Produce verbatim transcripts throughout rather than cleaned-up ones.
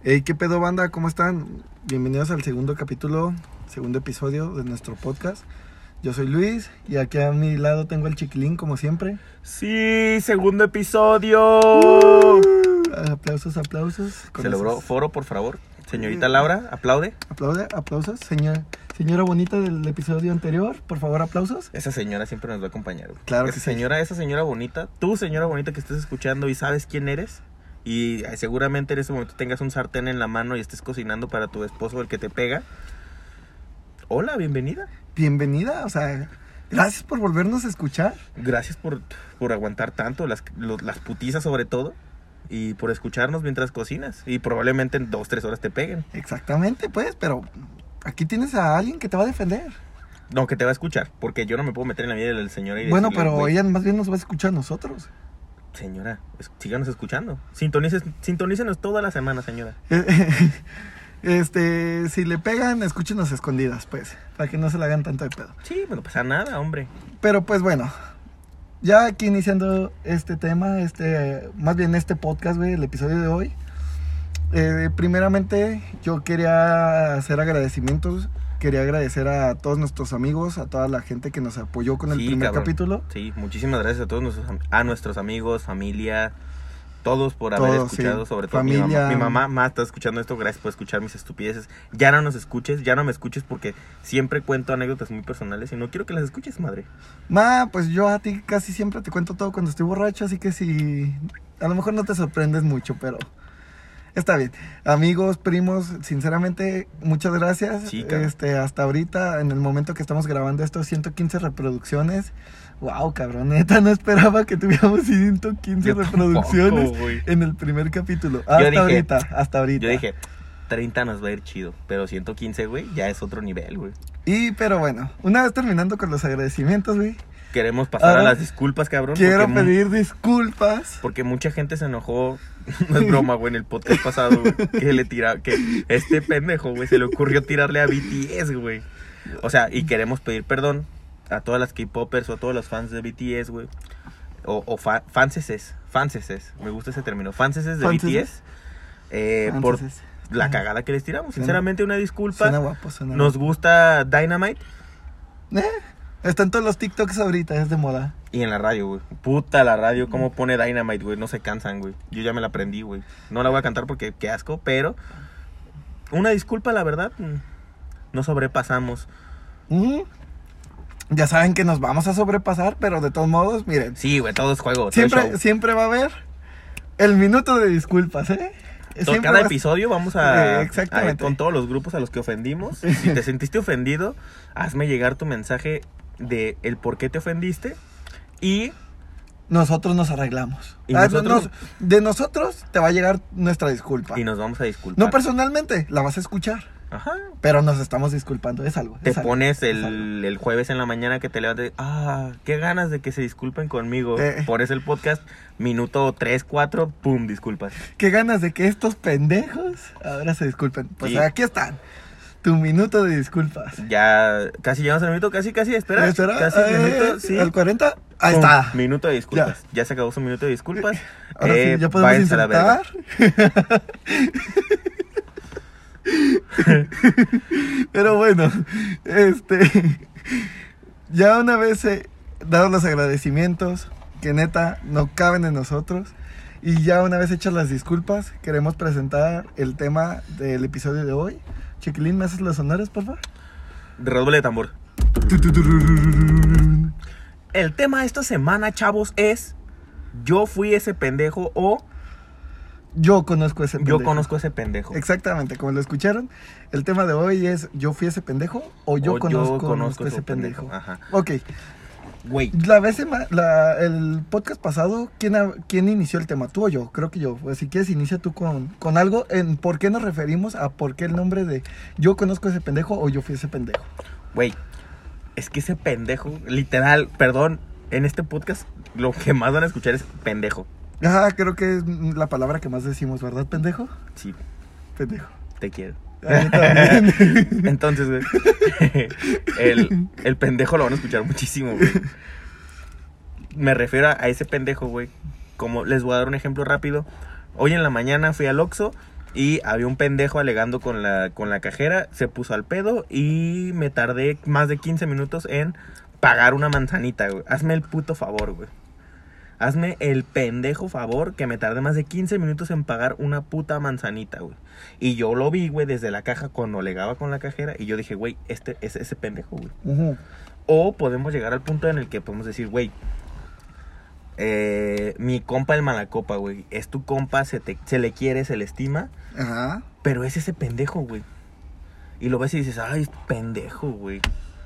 Hey, ¿qué pedo, banda? ¿Cómo están? Bienvenidos al segundo capítulo, segundo episodio de nuestro podcast. Yo soy Luis y aquí a mi lado tengo al Chiquilín, como siempre. Sí, segundo episodio. Uh, aplausos, aplausos. Se logró foro, por favor. Señorita Laura, aplaude. Aplaude, aplausos. Señora, señora bonita del episodio anterior, por favor, aplausos. Esa señora siempre nos va a acompañar. Güey. Claro esa que señora, sí. Esa señora bonita, tú señora bonita que estés escuchando y sabes quién eres. Y seguramente en ese momento tengas un sartén en la mano y estés cocinando para tu esposo, el que te pega. Hola, bienvenida. Bienvenida, o sea, gracias por volvernos a escuchar. Gracias por, por aguantar tanto, las, los, las putizas sobre todo. Y por escucharnos mientras cocinas. Y probablemente en dos, tres horas te peguen. Exactamente, pues, pero aquí tienes a alguien que te va a defender. No, que te va a escuchar, porque yo no me puedo meter en la vida del señor y Bueno, decirle, pero güey, ella más bien nos va a escuchar a nosotros. Señora, es- síganos escuchando. Sintonices, sintonícenos toda la semana, señora. Este, si le pegan, escúchenos escondidas, pues, para que no se le hagan tanto de pedo. Sí, bueno, pasa nada, hombre. Pero pues bueno, ya aquí iniciando este tema, este, más bien este podcast, güey, el episodio de hoy. Eh, primeramente, yo quería hacer agradecimientos. Quería agradecer a todos nuestros amigos, a toda la gente que nos apoyó con el Sí, primer cabrón. capítulo. Sí, muchísimas gracias a todos nuestros, am- a nuestros amigos, familia, todos por haber Todos, escuchado, sí. sobre todo mi Familia. mamá. Mi mamá más está escuchando esto, gracias por escuchar mis estupideces. Ya no nos escuches, ya no me escuches porque siempre cuento anécdotas muy personales y no quiero que las escuches, madre. Ma, pues yo a ti casi siempre te cuento todo cuando estoy borracho, así que si a lo mejor no te sorprendes mucho, pero está bien. Amigos, primos, sinceramente, muchas gracias. Sí, cabrón. este, hasta ahorita, en el momento que estamos grabando esto, ciento quince reproducciones. Wow, cabrón, neta, no esperaba que tuviéramos ciento quince Yo reproducciones tampoco, güey. en el primer capítulo. Hasta dije- ahorita, hasta ahorita. Yo dije, treinta nos va a ir chido, pero ciento quince, güey, ya es otro nivel, güey. Y, pero bueno, una vez terminando con los agradecimientos, güey, Queremos pasar Ahora, a las disculpas, cabrón. quiero porque mu- pedir disculpas. Porque mucha gente se enojó, no es broma, güey, en el podcast pasado, güey, que le tira, que este pendejo, güey, se le ocurrió tirarle a B T S, güey. O sea, y queremos pedir perdón a todas las K-popers o a todos los fans de B T S, güey. O, o fa fanseses, fanseses, me gusta ese término, fanseses de Fanseses. B T S. Eh, por Entonces, la cagada que les tiramos. Suena- Sinceramente, una suena disculpa. guapo, suena Nos gusta Dynamite Eh, están todos los TikToks ahorita, es de moda. y en la radio, güey. Puta la radio, cómo pone Dynamite, güey. No se cansan, güey. Yo ya me la aprendí, güey. No la voy a cantar porque qué asco, pero una disculpa, la verdad. mm, Nos sobrepasamos. Ujú. Ya saben que nos vamos a sobrepasar, pero de todos modos, miren, Sí, güey, todo es juego. Todo es siempre, show. siempre va a haber el minuto de disculpas, ¿eh? To- Siempre Cada va a- episodio vamos a, Eh, exactamente. a ir con todos los grupos a los que ofendimos. Si te sentiste ofendido, hazme llegar tu mensaje de el por qué te ofendiste. Y Nosotros nos arreglamos. ¿Y Ah, nosotros? nos- de nosotros te va a llegar nuestra disculpa. y nos vamos a disculpar. No personalmente, la vas a escuchar, Ajá. pero nos estamos disculpando, es algo. Te es algo, pones es algo. el, el jueves en la mañana que te levantes. Ah, qué ganas de que se disculpen conmigo. Eh. Pones el podcast, minuto tres, cuatro, pum, disculpas. Qué ganas de que estos pendejos ahora se disculpen. Pues Sí. aquí están, tu minuto de disculpas. Ya casi llegamos al minuto, casi, casi, espera. Espera, Casi el eh, minuto, sí. al cuarenta, ahí Pum, está. Minuto de disculpas. Ya. se acabó su minuto de disculpas. Ahora Eh, sí, ya podemos váyanse a la verga. insertar. Pero bueno, este, ya una vez eh, dados los agradecimientos que neta no caben en nosotros, y ya una vez hechas las disculpas, queremos presentar el tema del episodio de hoy. Chiquilín, ¿me haces los honores, por favor? Redoble de tambor. El tema de esta semana, chavos, es yo fui ese pendejo o Yo conozco ese pendejo. yo conozco ese pendejo. Exactamente, como lo escucharon, el tema de hoy es ¿yo fui ese pendejo o yo O conozco, conozco ese ese pendejo? Ajá. Ok, Güey, la vez sema- la, el podcast pasado, ¿quién, ha- ¿quién inició el tema? ¿Tú o yo? Creo que yo. Pues, si quieres, inicia tú con, con algo en por qué nos referimos a por qué el nombre de yo conozco ese pendejo o yo fui ese pendejo. güey, es que ese pendejo, literal, perdón, en este podcast lo que más van a escuchar es pendejo. Ajá, creo que es la palabra que más decimos, ¿verdad, pendejo? Sí, Pendejo. te quiero. A mí también. Entonces, güey, el, el pendejo lo van a escuchar muchísimo, güey. Me refiero a ese pendejo, güey. Como les voy a dar un ejemplo rápido. Hoy en la mañana fui al Oxxo Y había un pendejo alegando con la, con la cajera, se puso al pedo y me tardé más de quince minutos en pagar una manzanita, güey. Hazme el puto favor, güey. Hazme el pendejo favor que me tardé más de quince minutos en pagar una puta manzanita, güey. Y yo lo vi, güey, desde la caja cuando alegaba con la cajera y yo dije, güey, este es ese pendejo, güey. Uh-huh. O podemos llegar al punto en el que podemos decir, güey, eh, mi compa el Malacopa, güey, es tu compa, se, te, se le quiere, se le estima. Ajá. Pero es ese pendejo, güey. Y lo ves y dices, ay, es pendejo, güey.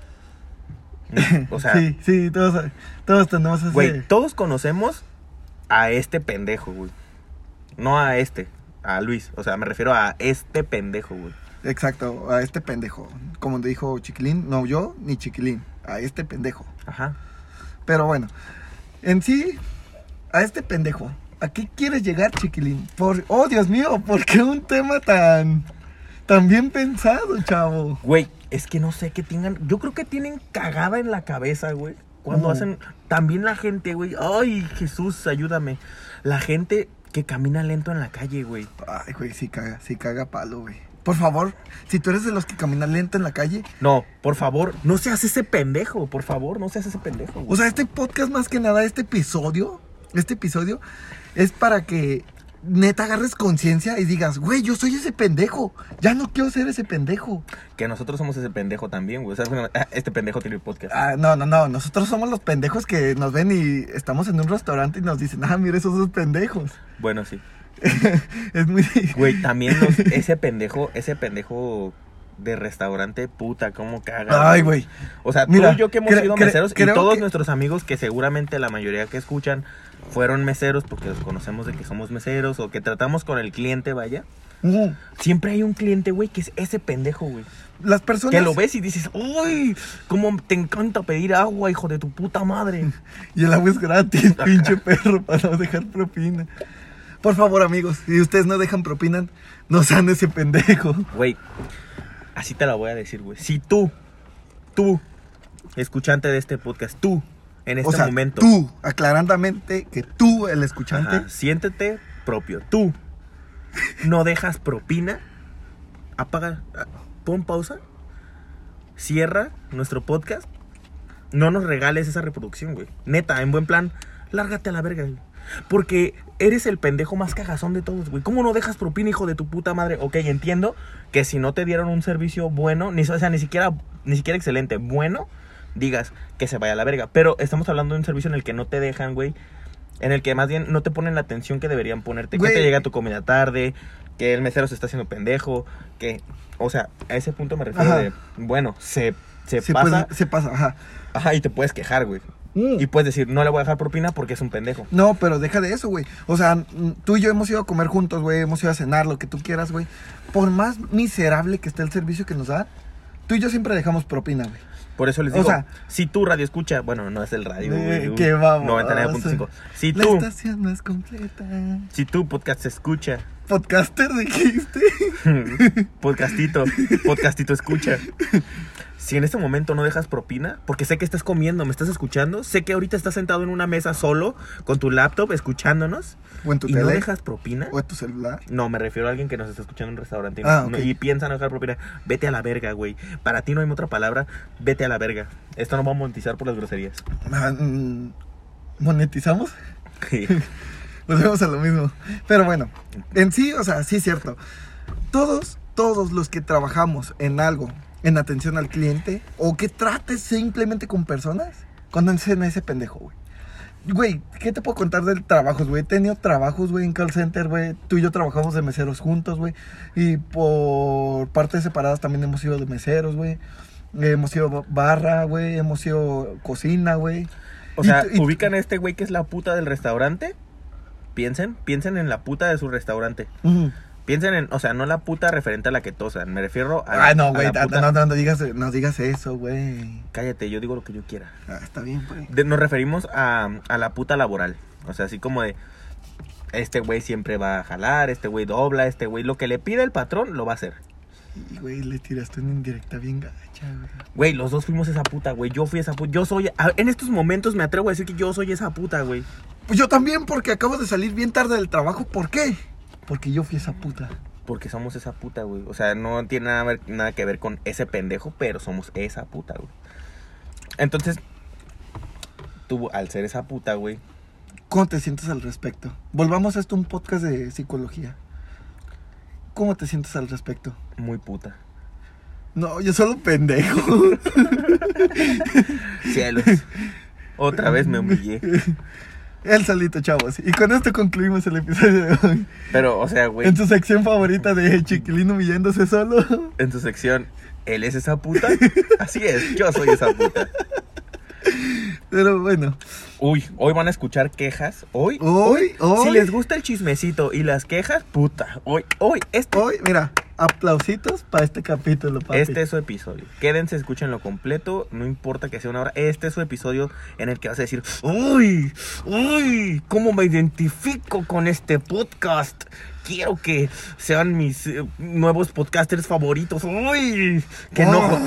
O sea, sí, sí, todos, todos tenemos ese... Güey, todos conocemos a este pendejo, güey. No a este, a Luis. O sea, me refiero a este pendejo, güey. Exacto, a este pendejo. Como dijo Chiquilín, no yo ni Chiquilín, a este pendejo. Ajá. Pero bueno, en sí, a este pendejo, ¿a qué quieres llegar, Chiquilín? Por, oh, Dios mío, ¿por qué un tema tan, tan bien pensado, chavo? Güey, es que no sé qué tengan, yo creo que tienen cagada en la cabeza, güey. Cuando uh. hacen, también la gente, güey, ay, Jesús, ayúdame. La gente que camina lento en la calle, güey. Ay, güey, sí caga, sí caga palo, güey. Por favor, si tú eres de los que caminan lento en la calle... No, por favor, no seas ese pendejo, por favor, no seas ese pendejo, güey. O sea, este podcast más que nada, este episodio, este episodio es para que neta agarres conciencia y digas, güey, yo soy ese pendejo, ya no quiero ser ese pendejo. Que nosotros somos ese pendejo también, güey. O sea, este pendejo tiene el podcast. Ah, no, no, no, nosotros somos los pendejos que nos ven y estamos en un restaurante y nos dicen, ah, mira esos dos pendejos. Bueno, sí. Es muy... Güey, también los, ese pendejo, ese pendejo de restaurante, puta, cómo caga. Ay, güey. O sea, Mira, tú y yo que hemos cre- sido cre- meseros y todos que... nuestros amigos que seguramente la mayoría que escuchan fueron meseros porque los conocemos de que somos meseros o que tratamos con el cliente, vaya. Uh-huh. Siempre hay un cliente, güey, que es ese pendejo, güey. Las personas... Que lo ves y dices, uy, cómo te encanta pedir agua, hijo de tu puta madre. Y el agua es gratis, pinche perro, para no dejar propina. Por favor, amigos, si ustedes no dejan propina, no sean ese pendejo. Güey, así te la voy a decir, güey. Si tú, tú, escuchante de este podcast, tú, en este o sea, momento... tú, aclarandamente que tú, el escuchante... Ajá, siéntete propio. Tú no dejas propina, apaga, pon pausa, cierra nuestro podcast, no nos regales esa reproducción, güey. Neta, en buen plan, lárgate a la verga, güey. Porque eres el pendejo más cagazón de todos, güey. ¿Cómo no dejas propina, hijo de tu puta madre? Ok, entiendo que si no te dieron un servicio bueno, ni, o sea, ni siquiera, ni siquiera excelente, bueno, digas que se vaya a la verga. Pero estamos hablando de un servicio en el que no te dejan, güey. En el que más bien no te ponen la atención que deberían ponerte. Güey. Que te llega tu comida tarde, que el mesero se está haciendo pendejo, que... O sea, a ese punto me refiero ajá. de... Bueno, se, se, se pasa... Puede, se pasa, ajá. Ajá, y te puedes quejar, güey. Mm. Y puedes decir, no le voy a dejar propina porque es un pendejo. No, pero deja de eso, güey. O sea, tú y yo hemos ido a comer juntos, güey. Hemos ido a cenar, lo que tú quieras, güey. Por más miserable que esté el servicio que nos da, tú y yo siempre dejamos propina, güey. Por eso les digo, o sea, si tu radio escucha, bueno, no es el radio, güey. Qué vamos. noventa y nueve punto cinco. Si la tú, estación más completa. Si tu podcast se escucha. Podcaster dijiste. Podcastito, podcastito escucha. Si en este momento no dejas propina, porque sé que estás comiendo, me estás escuchando, sé que ahorita estás sentado en una mesa solo, con tu laptop, escuchándonos. O en tu y tele. no dejas propina. O en tu celular. No, me refiero a alguien que nos está escuchando en un restaurante y, ah, no, okay. y piensa no dejar propina. Vete a la verga, güey. Para ti no hay otra palabra, vete a la verga. Esto no va a monetizar por las groserías. Ah, ¿monetizamos? Sí. Volvemos a lo mismo. Pero bueno, en sí, o sea, sí es cierto. Todos, todos los que trabajamos en algo, en atención al cliente, o que trates simplemente con personas, conocen a ese pendejo, güey. Güey, ¿qué te puedo contar del trabajo, güey? He tenido trabajos, güey, en call center, güey. Tú y yo trabajamos de meseros juntos, güey. Y por partes separadas también hemos sido de meseros, güey. Hemos sido barra, güey. Hemos sido cocina, güey. O sea, y, y, ¿ubican a este güey que es la puta del restaurante? Piensen, piensen en la puta de su restaurante. Uh-huh. Piensen en, o sea, no la puta referente a la que tosan, me refiero a la, ah, no, güey, puta... no, no, no, digas, no digas eso, güey. Cállate, yo digo lo que yo quiera. Ah, está bien, güey. De, nos referimos a, a la puta laboral, o sea, así como de, este güey siempre va a jalar, este güey dobla, este güey, lo que le pide el patrón, lo va a hacer. Y, güey, le tiraste una indirecta bien gacha, güey. Güey, los dos fuimos esa puta, güey, yo fui esa puta, yo soy, a, en estos momentos me atrevo a decir que yo soy esa puta, güey. Pues yo también, porque acabo de salir bien tarde del trabajo, ¿por qué? Porque yo fui esa puta. Porque somos esa puta, güey. O sea, no tiene nada, ver- nada que ver con ese pendejo, pero somos esa puta, güey. Entonces, tú, al ser esa puta, güey, ¿Cómo te sientes al respecto? Volvamos a esto un podcast de psicología. ¿Cómo te sientes al respecto? muy puta. No, yo solo pendejo. Cielos. Otra vez me humillé. Él solito, chavos. Y con esto concluimos el episodio de hoy. Pero, o sea, güey, En tu sección favorita de Chiquilín humillándose solo. en tu sección, ¿él es esa puta? Así es, yo soy esa puta. Pero bueno. Uy, hoy van a escuchar quejas. Hoy, Hoy, hoy. si les gusta el chismecito y las quejas, puta. Hoy, hoy, este, Hoy, mira, aplausitos para este capítulo, papi. este es su episodio. Quédense, escúchenlo completo. No importa que sea una hora. Este es su episodio en el que vas a decir, uy, uy, ¿cómo me identifico con este podcast? Quiero que sean mis eh, nuevos podcasters favoritos. Uy, qué enojo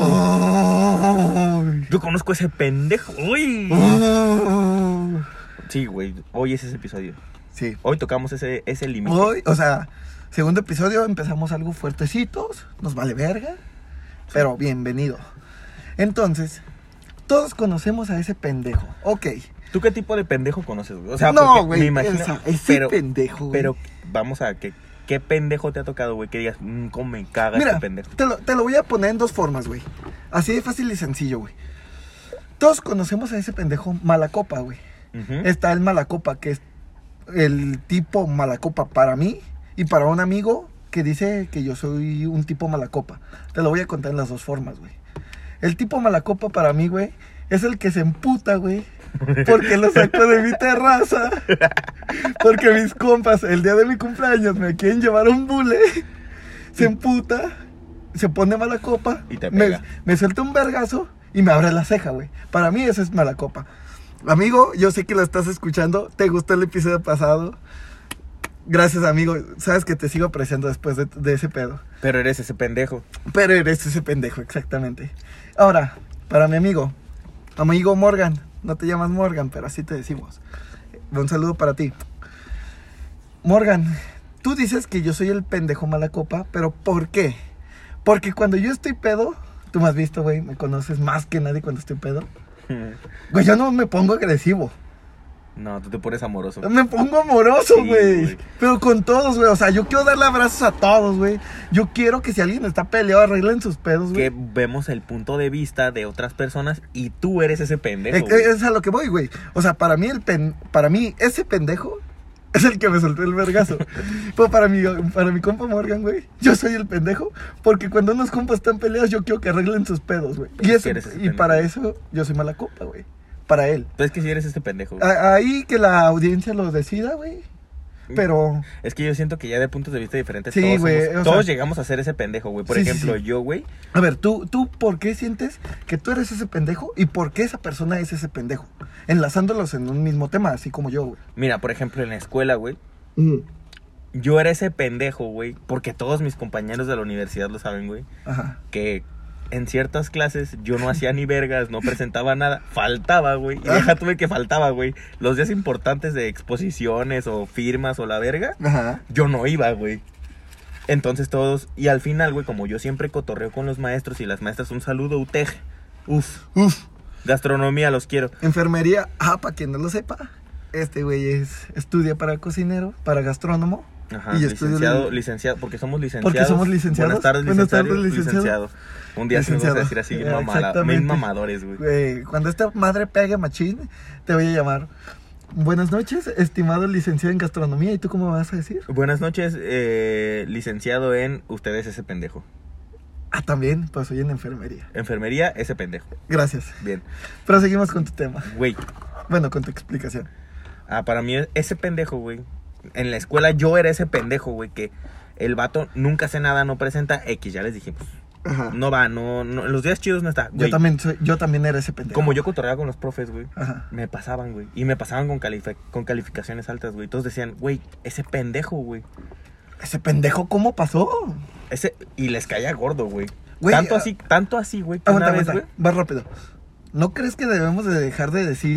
tengo. Ay. Yo conozco a ese pendejo. Uy. Ay. Sí, güey, hoy es ese episodio. Sí. Hoy tocamos ese, ese límite. Hoy, o sea, segundo episodio, empezamos algo fuertecitos. Nos vale verga. Pero bienvenido. Entonces, todos conocemos a ese pendejo. Ok. ¿Tú qué tipo de pendejo conoces, güey? O sea, No, porque güey, me imagino. esa- ese pero, pendejo, güey. pero vamos a que. ¿Qué pendejo te ha tocado, güey? Que digas, mmm, cómo me caga Mira, este pendejo. te lo, te lo voy a poner en dos formas, güey. Así de fácil y sencillo, güey. Todos conocemos a ese pendejo malacopa, güey. Ujú. Está el malacopa, que es el tipo malacopa para mí y para un amigo que dice que yo soy un tipo malacopa. Te lo voy a contar en las dos formas, güey. El tipo malacopa para mí, güey, es el que se emputa, güey, porque lo saco de mi terraza. Porque mis compas, el día de mi cumpleaños, me quieren llevar a un bule. Se emputa, se pone mala copa. Y te me, pega. me suelta un vergazo y me abre la ceja, güey. Para mí eso es mala copa. Amigo, yo sé que lo estás escuchando. ¿Te gustó el episodio pasado? Gracias, amigo. Sabes que te sigo apreciando después de, de ese pedo. Pero eres ese pendejo. Pero eres ese pendejo, exactamente. Ahora, para mi amigo, amigo Morgan. No te llamas Morgan, pero así te decimos. Un saludo para ti. Morgan, tú dices que yo soy el pendejo mala copa, pero ¿por qué? Porque cuando yo estoy pedo, tú me has visto, güey, me conoces más que nadie cuando estoy pedo. Güey, yo no me pongo agresivo. No, tú te pones amoroso. Me pongo amoroso, Sí, güey. güey. Pero con todos, güey. O sea, yo quiero darle abrazos a todos, güey. Yo quiero que si alguien está peleado, arreglen sus pedos, Que güey. vemos el punto de vista de otras personas y tú eres ese pendejo. Es, güey. es a lo que voy, güey. O sea, para mí, el pen, para mí, ese pendejo es el que me soltó el vergazo. Pero para mi, para mi compa Morgan, güey, yo soy el pendejo. Porque cuando unos compas están peleados, yo quiero que arreglen sus pedos, güey. Y, Es eso, que eres ese y pendejo. para eso, yo soy mala copa, güey. Para él. Pues es que si eres este pendejo. güey. A- ahí que la audiencia lo decida, güey. Pero... Es que yo siento que ya de puntos de vista diferentes Sí, todos, güey, somos- o todos sea- llegamos a ser ese pendejo, güey. Por Sí, sí, ejemplo, sí. yo, güey, A ver, ¿tú, ¿tú por qué sientes que tú eres ese pendejo y por qué esa persona es ese pendejo? Enlazándolos en un mismo tema, así como yo, güey. mira, por ejemplo, en la escuela, güey, yo era ese pendejo, güey, porque todos mis compañeros de la universidad lo saben, güey, Ajá. que en ciertas clases yo no hacía ni vergas, no presentaba nada, faltaba, güey, y deja tuve que faltaba, güey. Los días importantes de exposiciones o firmas o la verga, Ajá. yo no iba, güey. Entonces todos, y al final, güey, como yo siempre cotorreo con los maestros y las maestras, un saludo, U T E G. Uf, Uf. gastronomía, los quiero. Enfermería. Ah, para quien no lo sepa. Este güey es estudia para cocinero, para gastrónomo. Ajá, Y estudio licenciado, de- licenciado, porque somos licenciados. Porque somos licenciados. Buenas tardes, Buenas tardes, licenciado. licenciado. licenciado. Un día sí nos vas a decir así, bien, Licenciado. mamada, Exactamente. bien mamadores, güey. Güey, cuando esta madre pegue machín, te voy a llamar. Buenas noches, estimado licenciado en gastronomía. ¿Y tú cómo me vas a decir? Buenas noches, eh, licenciado en ustedes ese pendejo. Ah, también, pues soy en enfermería. Enfermería, ese pendejo. Gracias. Bien. Pero seguimos con tu tema. Güey, Bueno, con tu explicación. ah, para mí ese pendejo, güey. En la escuela yo era ese pendejo, güey, que el vato nunca hace nada, no presenta X, ya les dijimos. Ajá. No va, no, no, en los días chidos no está. Yo Güey, también soy, yo también era ese pendejo. como yo cotorreaba con los profes, güey. Ajá. Me pasaban, güey. Y me pasaban con, califi- con calificaciones altas, güey. Todos decían, güey, ese pendejo, güey. Ese pendejo, ¿cómo pasó? Ese... Y les caía gordo, güey. Güey, Tanto ah, así, tanto así, güey. Que Aguanta, una vez, aguanta. güey. Va rápido. ¿No crees que debemos de dejar de decir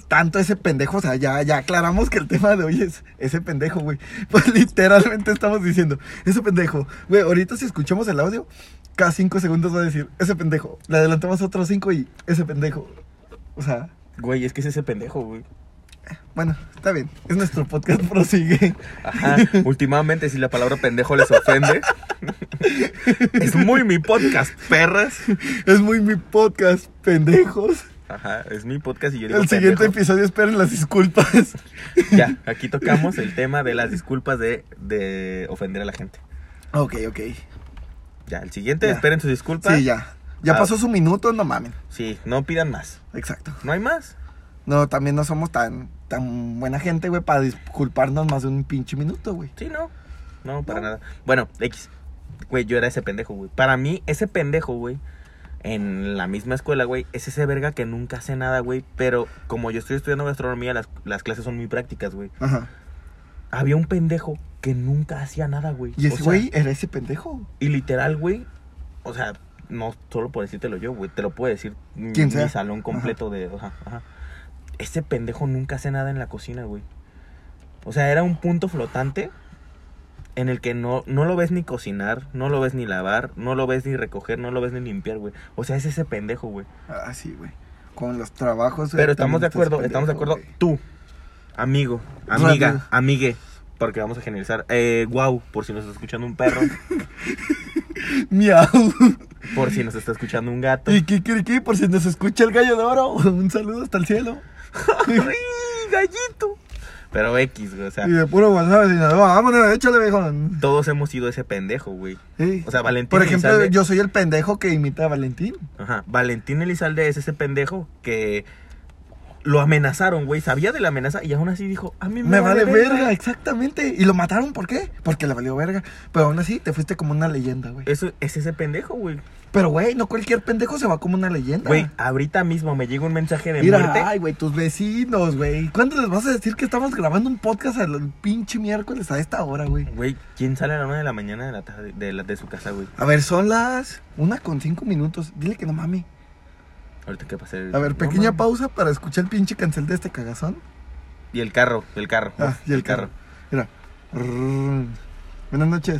tanto ese pendejo, o sea, ya, ya aclaramos que el tema de hoy es ese pendejo, güey. Pues literalmente estamos diciendo, ese pendejo. Güey, ahorita si escuchamos el audio, cada cinco segundos va a decir, ese pendejo. Le adelantamos otros cinco y ese pendejo. O sea... Güey, es que es ese pendejo, güey. Bueno, está bien. Es nuestro podcast, prosigue. Ajá. Últimamente, si la palabra pendejo les ofende, es muy mi podcast, perras. Es muy mi podcast, pendejos. Ajá, es mi podcast y yo digo El siguiente pendejo. episodio esperen las disculpas. Ya, aquí tocamos el tema de las disculpas de, de ofender a la gente. Ok, ok. Ya, el siguiente, Ya. esperen sus disculpas. Sí, ya. Ya Ah. pasó su minuto, no mamen. Sí, no pidan más. Exacto. No hay más. No, también no somos tan, tan buena gente, güey, para disculparnos más de un pinche minuto, güey. Sí, no. No, para No. nada. Bueno, X. Güey, yo era ese pendejo, güey. Para mí, ese pendejo, güey, en la misma escuela, güey, es ese verga que nunca hace nada, güey. Pero como yo estoy estudiando gastronomía, las, las clases son muy prácticas, güey. Ajá. Había un pendejo que nunca hacía nada, güey. Y O ese sea, güey era ese pendejo. Y literal, güey, o sea, no solo por decírtelo yo, güey, te lo puedo decir mi, Quien sea. mi salón completo de... Ajá, ajá. Ese pendejo nunca hace nada en la cocina, güey. O sea, era un punto flotante en el que no, no lo ves ni cocinar, no lo ves ni lavar, no lo ves ni recoger, no lo ves ni limpiar, güey. O sea, es ese pendejo, güey. Ah, sí, güey. Con los trabajos. güey, Pero estamos de también estás acuerdo, estamos de pendejo, acuerdo. güey. Tú, amigo, amiga, Rápido. amigue, porque vamos a generalizar. Eh, wow, por si nos está escuchando un perro, Miau. por si nos está escuchando un gato. Y qué, qué, qué, por si nos escucha el gallo de oro. Un saludo hasta el cielo. ¡Ay, gallito! Pero X, güey, o sea, Y de puro WhatsApp, y nada, vámonos, échale, viejón. todos hemos sido ese pendejo, güey. Sí. O sea, Valentín Por ejemplo, Elizalde- yo soy el pendejo que imita a Valentín. Ajá, Valentín Elizalde es ese pendejo que lo amenazaron, güey. Sabía de la amenaza y aún así dijo, a mí me, Me vale verga, exactamente. Y lo mataron, ¿por qué? Porque le valió verga. Pero aún así, te fuiste como una leyenda, güey. Eso es ese pendejo, güey. Pero, güey, no cualquier pendejo se va como una leyenda. Güey, ahorita mismo me llega un mensaje de Mira, muerte. ay, güey, tus vecinos, güey. ¿Cuándo les vas a decir que estamos grabando un podcast el pinche miércoles a esta hora, güey? Güey, ¿quién sale a la una de la mañana de la tarde de, la, de su casa, güey? A ver, son las una con cinco minutos. Dile que no mami. Ahorita que pase. A ver, pequeña pausa para escuchar el pinche cancel de este cagazón. Y el carro, el carro. Ah, y el carro. Mira. Rrrr. Buenas noches.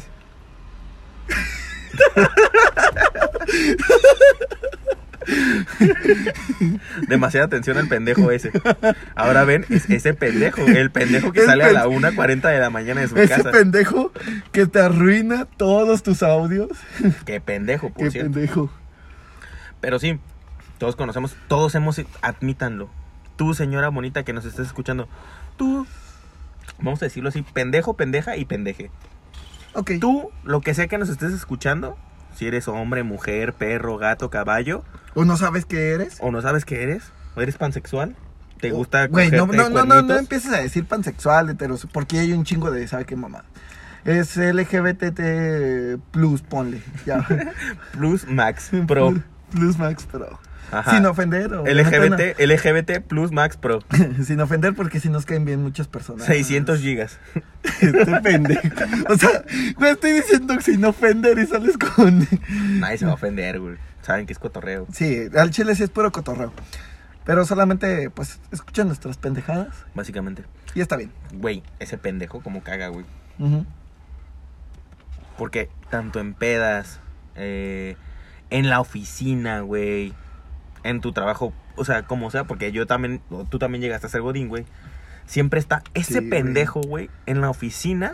Demasiada atención al pendejo ese. Ahora ven, es ese pendejo, el pendejo que El sale a pen- la una cuarenta de la mañana de su Ese casa. pendejo que te arruina todos tus audios. Qué pendejo, por Qué cierto. pendejo. Pero sí, todos conocemos, todos hemos, admítanlo. Tú, señora bonita que nos estés escuchando, tú, vamos a decirlo así, pendejo, pendeja y pendeje. Ok. Tú, lo que sea que nos estés escuchando, si eres hombre, mujer, perro, gato, caballo, ¿O no sabes qué eres? o no sabes qué eres, o eres pansexual, te O- gusta Güey, no, cogerte no, no, no, no cuernitos. empieces a decir pansexual, heterosexual, porque hay un chingo de, ¿sabe qué mamá? Es L G B T T plus, ponle. Ya. Plus Max Pro. Plus Max Pro. Ajá. Sin ofender. O L G B T, L G B T Plus Max Pro. Sin ofender porque si nos caen bien muchas personas. seiscientos gigas. Este pendejo. O sea, me estoy diciendo sin ofender y sales con... Nadie se va a ofender, güey. Saben que es cotorreo. Sí, al chile sí es puro cotorreo. Pero solamente, pues, escuchan nuestras pendejadas Básicamente. y está bien. Güey, ese pendejo como caga, güey. Ujú. Porque tanto en pedas, eh, en la oficina, güey, en tu trabajo, o sea, como sea, porque yo también, o tú también llegaste a ser godín, güey. Siempre está ese Sí, güey. pendejo, güey, en la oficina.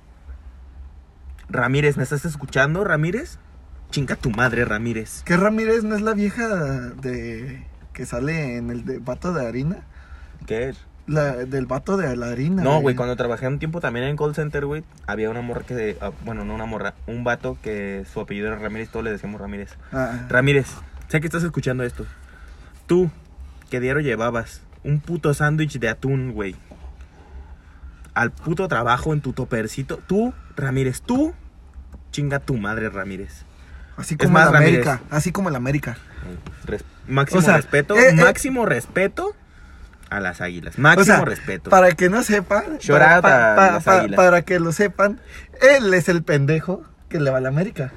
Ramírez, ¿me estás escuchando, Ramírez? Chinga tu madre, Ramírez. ¿Qué Ramírez no es la vieja de que sale en el de vato de harina? ¿Qué es? La del vato de la harina. No, güey, cuando trabajé un tiempo también en call center, güey, había una morra que, ah, bueno, no una morra, un vato que su apellido era Ramírez, todos le decíamos Ramírez. Ah, Ramírez, sé que estás escuchando esto. Tú, que diario llevabas un puto sándwich de atún, güey, al puto trabajo en tu topercito. Tú, Ramírez, tú, chinga tu madre, Ramírez. así es como más, el Ramírez. América. Así como el América. Res- máximo O sea, respeto, eh, eh. máximo respeto a las águilas. Máximo O sea, respeto. Para que no sepan, Shout para, out pa- a pa- las pa- águilas. para que lo sepan, él es el pendejo que le va a la América.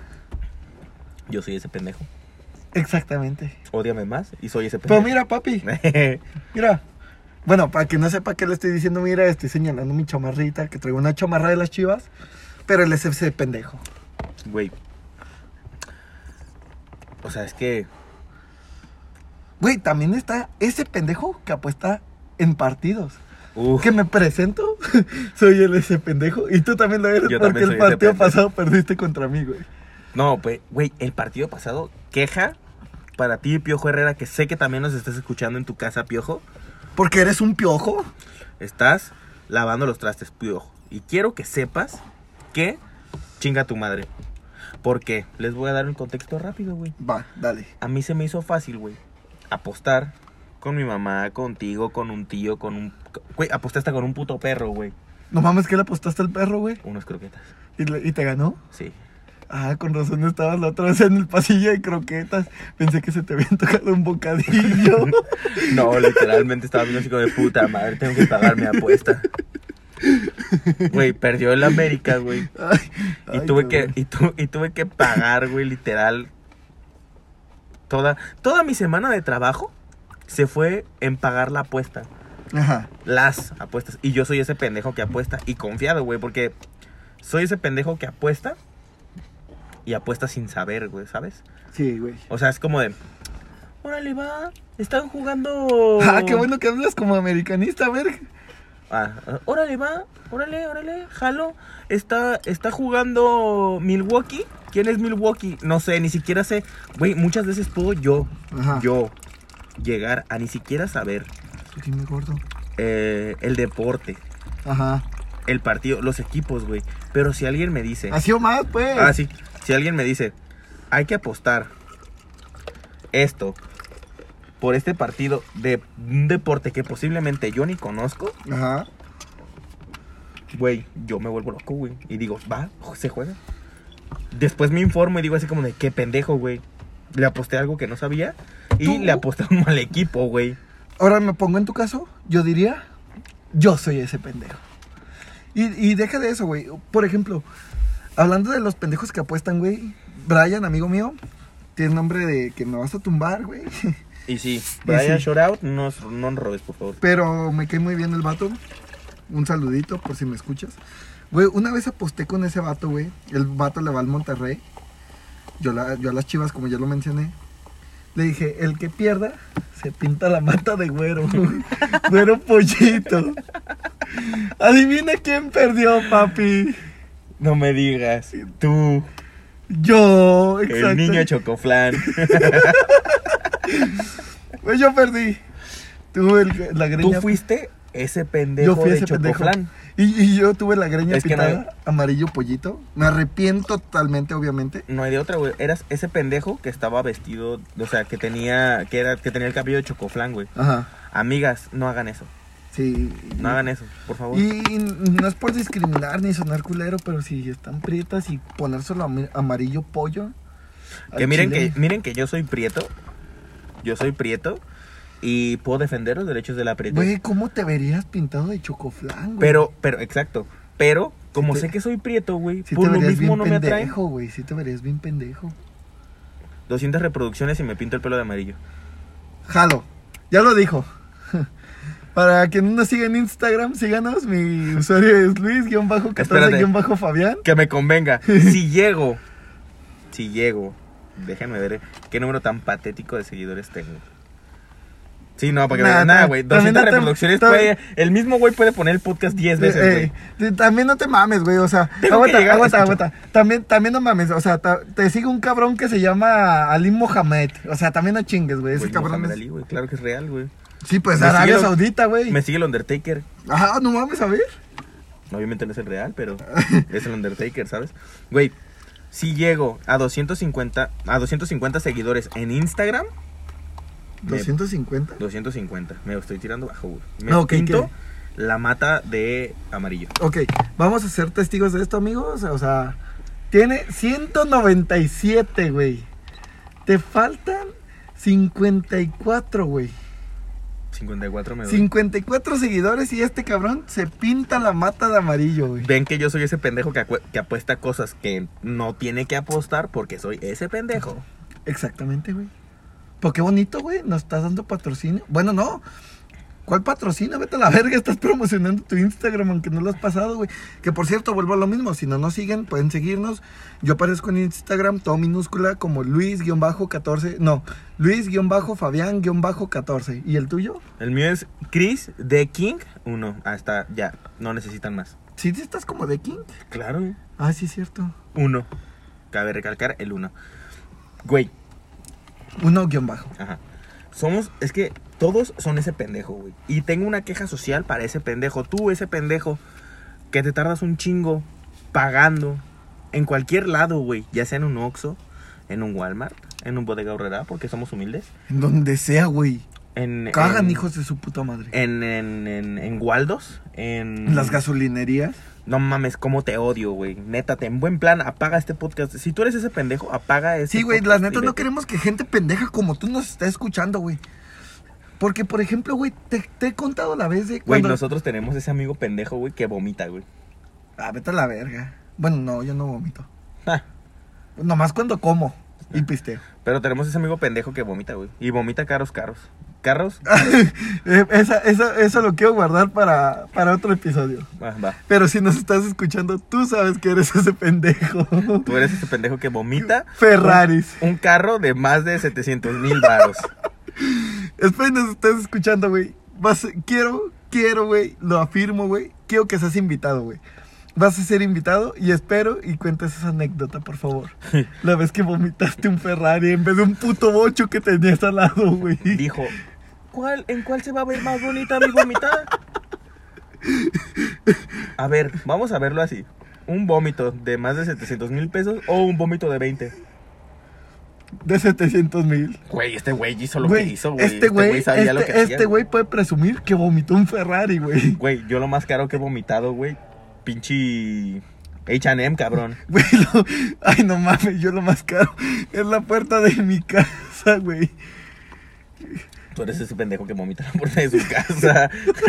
Yo soy ese pendejo. Exactamente. Ódiame más y soy ese Pero pendejo. mira, papi, mira, Bueno, para que no sepa qué le estoy diciendo, mira, estoy señalando mi chamarrita, que traigo una chamarra de las Chivas, pero él es ese pendejo. Güey. O sea, es que... Güey, también está ese pendejo que apuesta en partidos. Uf. Que me presento, soy el ese pendejo. Y tú también lo eres Yo porque también soy el ese partido pendejo. pasado perdiste contra mí, güey. No, pues, güey, el partido pasado, queja para ti, Piojo Herrera, que sé que también nos estás escuchando en tu casa, Piojo. Porque eres un piojo. Estás lavando los trastes, Piojo. Y quiero que sepas que chinga tu madre. Porque les voy a dar un contexto rápido, güey. Va, dale. A mí se me hizo fácil, güey, apostar con mi mamá, contigo, con un tío, con un... Güey, aposté hasta con un puto perro, güey. No mames, que le apostaste al perro, güey. Unas croquetas. ¿Y, le- y te ganó? Sí. Ah, con razón estabas la otra vez en el pasillo de croquetas. Pensé que se te habían tocado un bocadillo. No, literalmente estaba viendo así como de puta madre, tengo que pagar mi apuesta. Güey, perdió el América, güey. Ay, Y ay, tuve que, cabrón. y, tu- y tuve que pagar, güey, literal. Toda, toda mi semana de trabajo se fue en pagar la apuesta. Ajá. Las apuestas. Y yo soy ese pendejo que apuesta. Y confiado, güey, porque soy ese pendejo que apuesta. Y apuesta sin saber, güey, ¿sabes? Sí, güey. O sea, es como de... Órale, va. Están jugando... Ah, qué bueno que hablas como americanista, a ver. Ah, órale, va. Órale, órale. Jalo. Está, está jugando Milwaukee. ¿Quién es Milwaukee? No sé, ni siquiera sé. Güey, muchas veces puedo yo, Ajá. yo, llegar a ni siquiera saber Dime, gordo. eh, el deporte, Ajá. el partido, los equipos, güey. Pero si alguien me dice... Así o más, pues. Ah, sí. Si alguien me dice, hay que apostar esto por este partido de un deporte que posiblemente yo ni conozco, Ajá. güey, yo me vuelvo loco, güey. Y digo, va, se juega. Después me informo y digo así como de, qué pendejo, güey. Le aposté algo que no sabía y ¿Tú? le aposté a un mal equipo, güey. Ahora me pongo en tu caso, yo diría, yo soy ese pendejo. Y, y deja de eso, güey. Por ejemplo, hablando de los pendejos que apuestan, güey, Brian, amigo mío, tiene nombre de que me vas a tumbar, güey. Y sí, Brian, sí. shout out, no, no nos robes, por favor. Pero me cae muy bien el vato. Un saludito por si me escuchas. Güey, una vez aposté con ese vato, güey. El vato le va al Monterrey. Yo, la, yo a las Chivas, como ya lo mencioné. Le dije, el que pierda, se pinta la mata de güero. Güero pollito. Adivina quién perdió, papi. No me digas, tú, Yo, exacto. el niño chocoflán. Pues yo perdí. Tú, el, la greña. Tú fuiste ese pendejo Yo fui de ese pendejo. chocoflán. Y, y yo tuve la greña Es que pintada, no- amarillo pollito. Me arrepiento totalmente, obviamente. No hay de otra, güey. Eras ese pendejo que estaba vestido, o sea, que tenía, que era, que tenía el cabello de chocoflán, güey. Ajá. Amigas, no hagan eso. Sí. No hagan eso, por favor. Y no es por discriminar ni sonar culero, pero si están prietas y ponérselo am- amarillo pollo. Que al miren chile. que, miren que yo soy prieto. Yo soy prieto. Y puedo defender los derechos de la prietez. Güey, ¿cómo te verías pintado de chocoflán, güey? Pero, pero, exacto. Pero, como te- sé que soy prieto, güey, sí por te lo verías mismo bien no me atrae. pendejo, güey. Sí te verías bien pendejo. doscientas reproducciones y me pinto el pelo de amarillo. Jalo. Ya lo dijo. Para quien no nos siga en Instagram, síganos. Mi usuario es Luis-catorce-Fabián. Que me convenga. Si llego, si llego, déjenme ver eh, qué número tan patético de seguidores tengo. Sí, no, porque Nah, nada, ta- güey. también doscientas no te- reproducciones ta- puede. El mismo güey puede poner el podcast diez veces, güey. Eh, eh, también no te mames, güey, o sea, Tengo aguanta, que llegar- aguanta, escucha. aguanta. También, también no mames, o sea, ta- te sigue un cabrón que se llama Ali Mohamed. O sea, también no chingues, güey. Ese Güey, cabrón Mohamed es... Ali, güey. Claro que es real, güey. Sí, pues Me Arabia sigue lo- Saudita, güey. Me sigue el Undertaker. Ajá, no mames, a ver. Obviamente no es el real, pero es el Undertaker, ¿sabes? Güey, si llego a doscientos cincuenta, a doscientos cincuenta seguidores en Instagram, me- ¿doscientos cincuenta? doscientos cincuenta. Me lo estoy tirando bajo, güey. Me Ah, ok, pinto ¿qué? la mata de amarillo. Ok, vamos a ser testigos de esto, amigos. O sea, tiene ciento noventa y siete, güey. Te faltan cincuenta y cuatro, güey. cincuenta y cuatro me doy. cincuenta y cuatro seguidores y este cabrón se pinta la mata de amarillo, güey. Ven que yo soy ese pendejo que, acue- que apuesta cosas que no tiene que apostar porque soy ese pendejo. Exactamente, güey. Pues qué bonito, güey. Nos estás dando patrocinio. Bueno, no. ¿Cuál patrocina? Vete a la verga, estás promocionando tu Instagram aunque no lo has pasado, güey. Que por cierto, vuelvo a lo mismo, si no nos siguen, pueden seguirnos. Yo aparezco en Instagram, todo minúscula, como Luis catorce, no, Luis Fabián catorce. ¿Y el tuyo? El mío es Chris The King uno. Ah, está, ya, no necesitan más. ¿Sí sí estás como de King? Claro. Ah, sí, es cierto. Uno. Cabe recalcar el uno. Güey. Uno guión bajo. Ajá. Somos, es que todos son ese pendejo, güey. Y tengo una queja social para ese pendejo. Tú, ese pendejo, que te tardas un chingo pagando en cualquier lado, güey. Ya sea en un Oxxo, en un Walmart, en un Bodega Aurrerá, porque somos humildes. En donde sea, güey. En, Cagan, en, hijos de su puta madre. En, en, en, en Waldos, en... En las gasolinerías. No mames, cómo te odio, güey. Neta, en buen plan, apaga este podcast. Si tú eres ese pendejo, apaga este Sí, güey, podcast la neta y no vete. queremos que gente pendeja como tú nos esté escuchando, güey. Porque, por ejemplo, güey, te, te he contado la vez de Güey, cuando... nosotros tenemos ese amigo pendejo, güey, que vomita, güey. Ah, vete a la verga. Bueno, no, yo no vomito. Ah, Nomás cuando como y pisteo. pero tenemos ese amigo pendejo que vomita, güey. Y vomita caros, caros. ¿Carros? Eh, esa, esa, eso lo quiero guardar para, para otro episodio. Va, va. Pero si nos estás escuchando, tú sabes que eres ese pendejo. Tú eres ese pendejo que vomita Ferraris. un, un carro de más de setecientos mil varos. Espero y nos estés escuchando, güey. Vas, quiero, quiero, güey, lo afirmo, güey. Quiero que seas invitado, güey. Vas a ser invitado y espero y cuentes esa anécdota, por favor. La vez que vomitaste un Ferrari en vez de un puto bocho que tenías al lado, güey. Dijo, ¿cuál, ¿en cuál se va a ver más bonita mi vomitada? A ver, vamos a verlo así. ¿Un vómito de más de setecientos mil pesos o un vómito de veinte? De setecientos mil. Güey, este güey hizo lo Güey, que hizo, güey. este güey, sabía este, lo que hacía, este güey puede presumir que vomitó un Ferrari, güey. Güey, yo lo más caro que he vomitado, güey, pinche H and M, cabrón. Güey, lo- ay, no mames, yo lo más caro es la puerta de mi casa, güey. Tú eres ese pendejo que vomita en la puerta de su casa.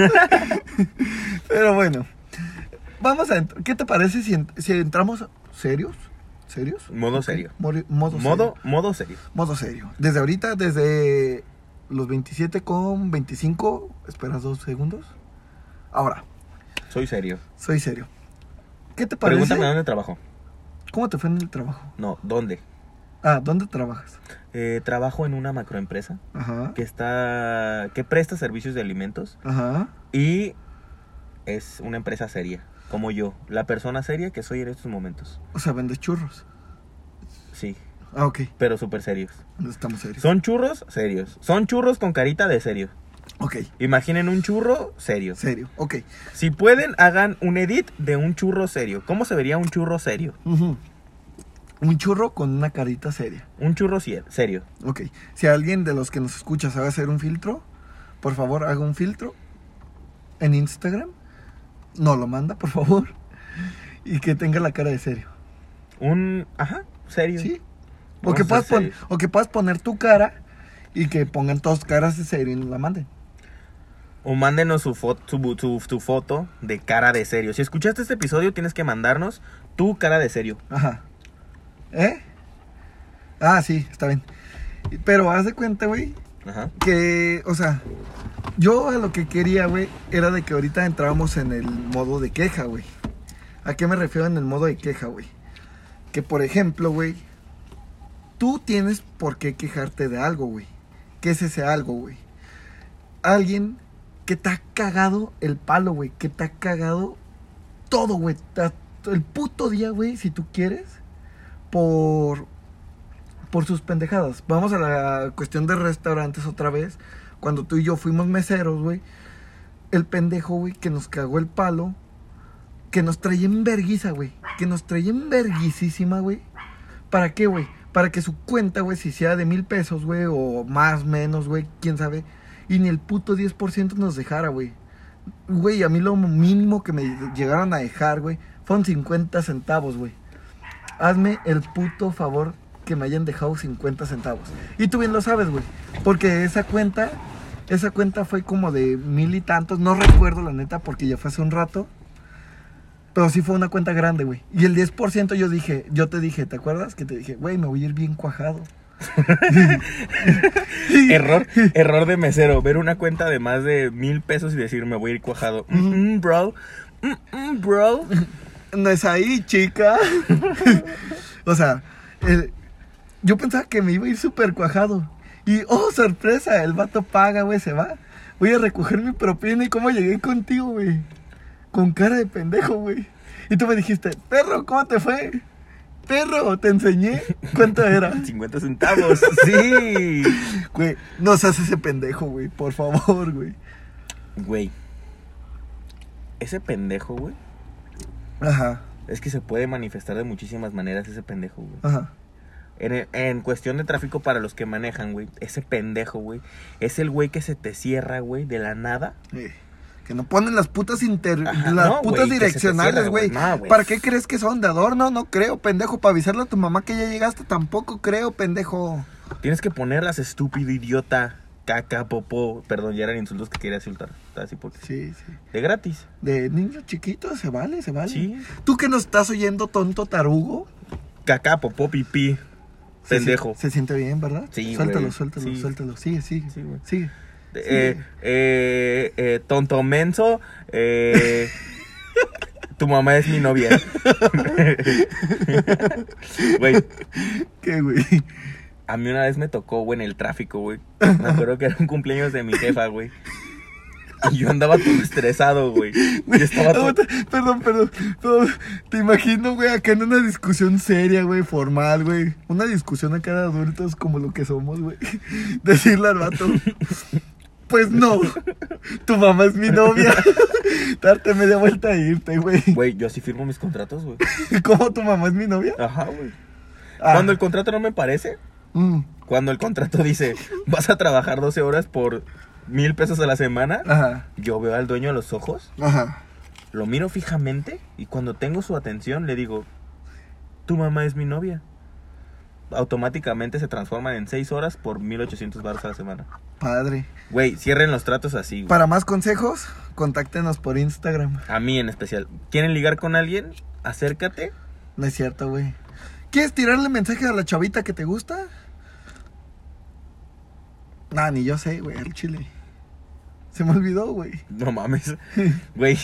Pero bueno, vamos a... ent- ¿Qué te parece si, en- si entramos serios? ¿Serios? Modo serio. Mori- modo Modo, serio. modo serio. Modo serio. Desde ahorita, desde los veintisiete con veinticinco, esperas dos segundos. Ahora, Soy serio. soy serio. ¿Qué te parece? Pregúntame dónde trabajo. ¿Cómo te fue en el trabajo? No, ¿dónde? Ah, ¿dónde trabajas? Eh, trabajo en una macroempresa Ajá. que está, que presta servicios de alimentos Ajá. y es una empresa seria, como yo, la persona seria que soy en estos momentos. O sea, vendes churros. Sí, Ah, ok. pero súper serios. Estamos serios. Son churros serios. Son churros con carita de serio. Ok. Imaginen un churro serio. Serio. Ok. Si pueden, hagan un edit de un churro serio. ¿Cómo se vería un churro serio? Ujú. Un churro con una carita seria. Un churro sie- serio. Ok. Si alguien de los que nos escucha sabe hacer un filtro, por favor haga un filtro en Instagram. No lo manda, por favor. Y que tenga la cara de serio. Un... Ajá, serio. ¿Sí? O Vamos que, a puedas ser pon- serios. o que puedas poner tu cara y que pongan todas caras de serio y nos la manden. O mándenos su, fo- su, su, su foto de cara de serio. Si escuchaste este episodio, tienes que mandarnos tu cara de serio. Ajá. ¿Eh? Ah, sí, está bien. Pero haz de cuenta, güey, Ajá. que, o sea, yo a lo que quería, güey, era de que ahorita entrábamos en el modo de queja, güey. ¿A qué me refiero en el modo de queja, güey? Que, por ejemplo, güey, tú tienes por qué quejarte de algo, güey. ¿Qué es ese algo, güey? Alguien que te ha cagado el palo, güey. Que te ha cagado todo, güey. ta- El puto día, güey, si tú quieres. Por... Por sus pendejadas. Vamos a la cuestión de restaurantes otra vez. Cuando tú y yo fuimos meseros, güey. El pendejo, güey, que nos cagó el palo. Que nos traía en verguiza, güey. Que nos traía en verguisísima, güey. ¿Para qué, güey? Para que su cuenta, güey, si sea de mil pesos, güey. O más, menos, güey. Quién sabe. Y ni el puto diez por ciento nos dejara, güey. Güey, a mí lo mínimo que me llegaron a dejar, güey, fueron cincuenta centavos, güey. Hazme el puto favor que me hayan dejado cincuenta centavos. Y tú bien lo sabes, güey. Porque esa cuenta, esa cuenta fue como de mil y tantos. No recuerdo la neta porque ya fue hace un rato. Pero sí fue una cuenta grande, güey. Y el diez por ciento yo dije, yo te dije, ¿te acuerdas? Que te dije, güey, me voy a ir bien cuajado. error, error de mesero. Ver una cuenta de más de mil pesos y decir, me voy a ir cuajado. Mm-mm, bro. Mm-mm, bro. No es ahí, chica. O sea, el, yo pensaba que me iba a ir súper cuajado. Y, oh, sorpresa, el vato paga, güey, se va. Voy a recoger mi propina y cómo llegué contigo, güey. Con cara de pendejo, güey. Y tú me dijiste, perro, ¿cómo te fue? Perro, te enseñé. ¿Cuánto era? cincuenta centavos, sí. Güey, no seas ese pendejo, güey. Por favor, güey. Güey. Ese pendejo, güey. Ajá. Es que se puede manifestar de muchísimas maneras ese pendejo, güey. Ajá. En, en cuestión de tráfico para los que manejan, güey. Ese pendejo, güey. Es el güey que se te cierra, güey, de la nada. Sí. Que no ponen las putas inter... Ajá, las no, putas güey, direccionales, güey. No, ¿Para qué crees que son de adorno? No creo, pendejo. Para avisarle a tu mamá que ya llegaste, tampoco creo, pendejo. Tienes que ponerlas, estúpido, idiota, caca, popó. Perdón, ya eran insultos que quería insultar. Así porque... Sí, sí. De gratis. De niños chiquitos, se vale, se vale. Sí. ¿Tú que nos estás oyendo, tonto tarugo? Caca, popó, pipí. Se, Pendejo. Se, se siente bien, ¿verdad? Sí, Suéltalo, güey. suéltalo, Sí. suéltalo. Sigue, sigue. Sí, güey. Sigue. Eh, eh, eh, tonto menso. Eh, tu mamá es mi novia. Güey, ¿Qué, güey? a mí una vez me tocó, güey, en el tráfico, güey. Me acuerdo que era un cumpleaños de mi jefa, güey. Y yo andaba todo estresado, güey. Yo estaba todo... Aguanta, Perdón, perdón, perdón. Te imagino, güey, acá en una discusión seria, güey, formal, güey. Una discusión acá de adultos como lo que somos, güey. Decirle al vato, pues no, tu mamá es mi novia. Darte media vuelta e irte, güey. Güey, yo así firmo mis contratos, güey. ¿Cómo tu mamá es mi novia? Ajá, güey. Ah. Cuando el contrato no me parece, Mm, cuando el contrato dice, vas a trabajar doce horas por mil pesos a la semana, Ajá, yo veo al dueño a los ojos, ajá. lo miro fijamente y cuando tengo su atención le digo, tu mamá es mi novia. Automáticamente se transforman en seis horas por mil ochocientos baros a la semana. Padre. Güey, cierren los tratos así, güey. Para más consejos, contáctenos por Instagram. A mí en especial. ¿Quieren ligar con alguien? Acércate. No es cierto, güey. ¿Quieres tirarle mensaje a la chavita que te gusta? Nah, ni yo sé, güey, al chile. Se me olvidó, güey. No mames. Güey.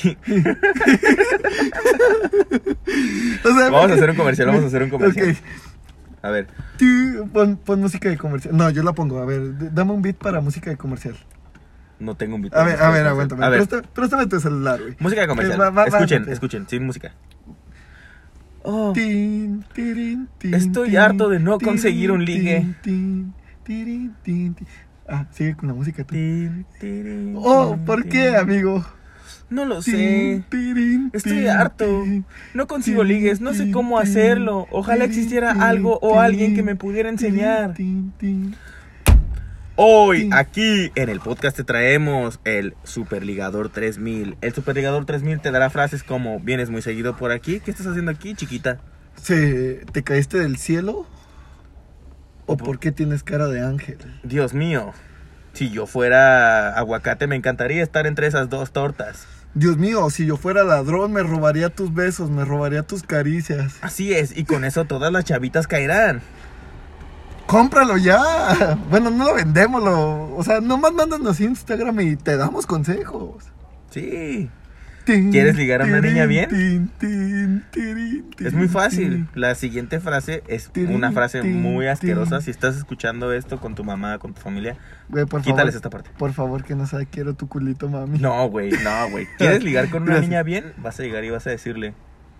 O sea, Vamos a hacer un comercial, vamos a hacer un comercial. Ok. A ver. Tú, pon, pon música de comercial. No, yo la pongo. A ver, d- dame un beat para música de comercial. No tengo un beat. A ver, a ver, aguántame. A ver. Préstame, préstame tu celular, güey. Música de comercial. Va- va- va- escuchen, va- escuchen, sin música. Oh, Tin, tirin, tin, Estoy tin, harto de no tirin, conseguir un ligue. tin, tin, tirin, tin, tin. Ah, sigue con la música tú. tin, tirin, Oh, tin, ¿por tin. qué, amigo? No lo Tin, sé. tirin, Estoy tin, harto. tin, No consigo tin, ligues, no sé tin, cómo tin, hacerlo. Ojalá tin, existiera tin, algo o tin, alguien que me pudiera tin, enseñar. tin, tin. Hoy, tin. aquí en el podcast te traemos el Superligador tres mil. El Superligador tres mil te dará frases como: vienes muy seguido por aquí. ¿Qué estás haciendo aquí, chiquita? ¿Se, ¿Te caíste del cielo? ¿O por qué tienes cara de ángel? Dios mío, si yo fuera aguacate me encantaría estar entre esas dos tortas. Dios mío, si yo fuera ladrón me robaría tus besos, me robaría tus caricias. Así es, y con eso todas las chavitas caerán. ¡Cómpralo ya! Bueno, no lo vendemos, lo, o sea, nomás mándanos Instagram y te damos consejos. Sí, Tin, ¿Quieres ligar a una tirin, niña bien? tin, tin, tirin, es muy tin, fácil. tin. La siguiente frase es Tirin, una frase tin, muy asquerosa. tin. Si estás escuchando esto con tu mamá, con tu familia, Güey, por quítales favor, esta parte. por favor, que no sabe, quiero tu culito, mami. No, güey, no, güey. ¿Quieres ligar con una Gracias. niña bien? Vas a llegar y vas a decirle: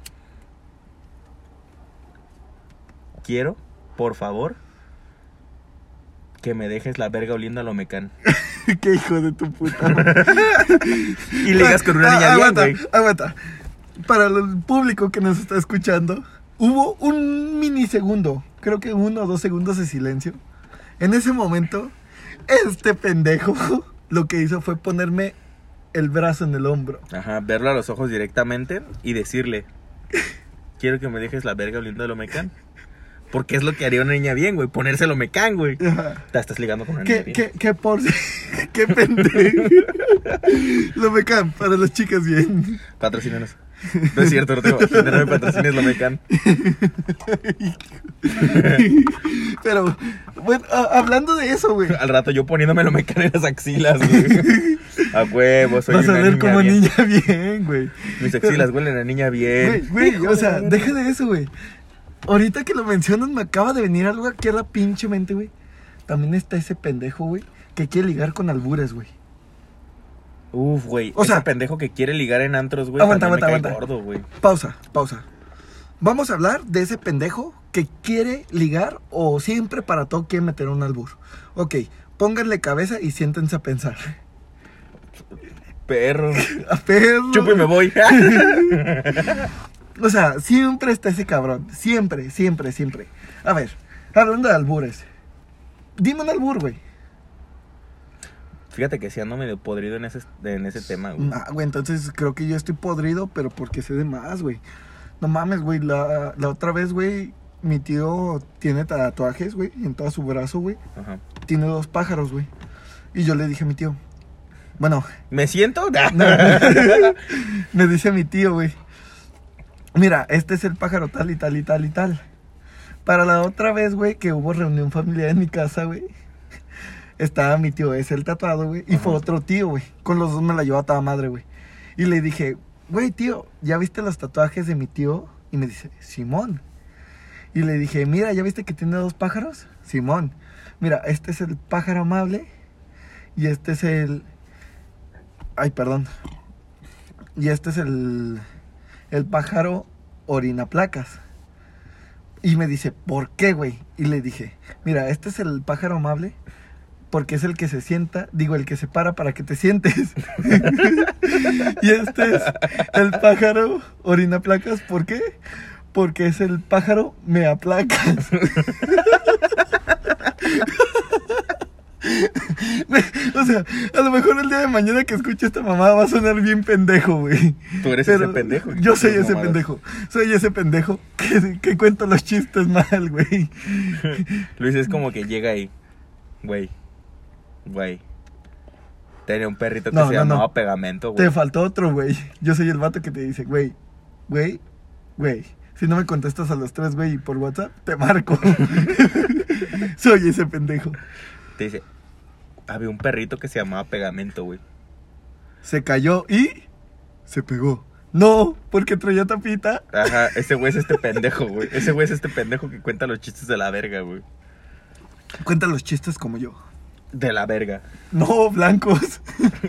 quiero, por favor, que me dejes la verga oliendo a lo mecán. Qué hijo de tu puta madre. Y ligas con una Ah, niña bien, aguanta, güey. aguanta. Para el público que nos está escuchando, hubo un minisegundo, creo que uno o dos segundos de silencio. En ese momento, este pendejo lo que hizo fue ponerme el brazo en el hombro. Ajá, verlo a los ojos directamente y decirle: quiero que me dejes la verga oliendo a lo mecán. Porque es lo que haría una niña bien, güey. Ponérselo mecán, güey. Ajá. Te estás ligando con una niña ¿Qué, bien. qué, qué por qué pendejo? Lo mecan para las chicas bien. Patrocínanos. No es cierto, no tengo. No me patrocines lo mecan. Pero, Bueno, a- hablando de eso, güey. Al rato yo poniéndomelo me caen las axilas, güey. A huevo, soy Vas a una ver niña como bien. niña bien, güey. Mis axilas huelen a niña bien. Güey, güey, o sea, Hijo de- deja de eso, güey. Ahorita que lo mencionas, me acaba de venir algo aquí a la pinche mente, güey. También está ese pendejo, güey, que quiere ligar con albures, güey. Uf, güey. O Ese sea- pendejo que quiere ligar en antros, güey. Aguanta, también me aguanta, cae aguanta. gordo, güey. Pausa, pausa. Vamos a hablar de ese pendejo que quiere ligar o siempre para todo quiere meter un albur. Ok, pónganle cabeza y siéntense a pensar. Perro. A perro. Chupo y me voy. O sea, siempre está ese cabrón. Siempre, siempre, siempre. A ver, hablando de albures. Dime un albur, güey. Fíjate que sí ando medio podrido en ese, en ese tema, güey. Ah, güey, entonces creo que yo estoy podrido, pero porque sé de más, güey. No mames, güey, la, la otra vez, güey, mi tío tiene tatuajes, güey, en todo su brazo, güey. Ajá. Tiene dos pájaros, güey. Y yo le dije a mi tío, bueno, ¿Me siento? no, me dice mi tío, güey, mira, este es el pájaro tal y tal y tal y tal. Para la otra vez, güey, que hubo reunión familiar en mi casa, güey, estaba mi tío ese, el tatuado, güey, y Ajá. fue otro tío, güey. Con los dos me la llevó a toda madre, güey. Y le dije, güey, tío, ¿ya viste los tatuajes de mi tío? Y me dice, Simón. Y le dije, mira, ¿ya viste que tiene dos pájaros? Simón. Mira, este es el pájaro amable y este es el... Ay, perdón. Y este es el... El pájaro orinaplacas. Y me dice, ¿por qué, güey? Y le dije, mira, este es el pájaro amable porque es el que se sienta, digo, el que se para para que te sientes. Y este es el pájaro orinaplacas, ¿por qué? Porque es el pájaro me aplacas. O sea, a lo mejor el día de mañana que escuche esta mamá va a sonar bien pendejo, güey. Tú eres Pero ese pendejo. Yo soy Esas ese mamadas. pendejo. Soy ese pendejo que, que cuento los chistes mal, güey. Luis es como que llega ahí. Güey. Güey. Tenía un perrito que No, se no, llamaba no. Pegamento, güey. Te faltó otro, güey. Yo soy el vato que te dice, güey, güey, güey. Si no me contestas a los tres, güey, por WhatsApp, te marco. Soy ese pendejo. Te dice, había un perrito que se llamaba Pegamento, güey. Se cayó y se pegó. No, porque traía tapita. Ajá, ese güey es este pendejo, güey. Ese güey es este pendejo que cuenta los chistes de la verga, güey. Cuenta los chistes como yo. De la verga. No, blancos.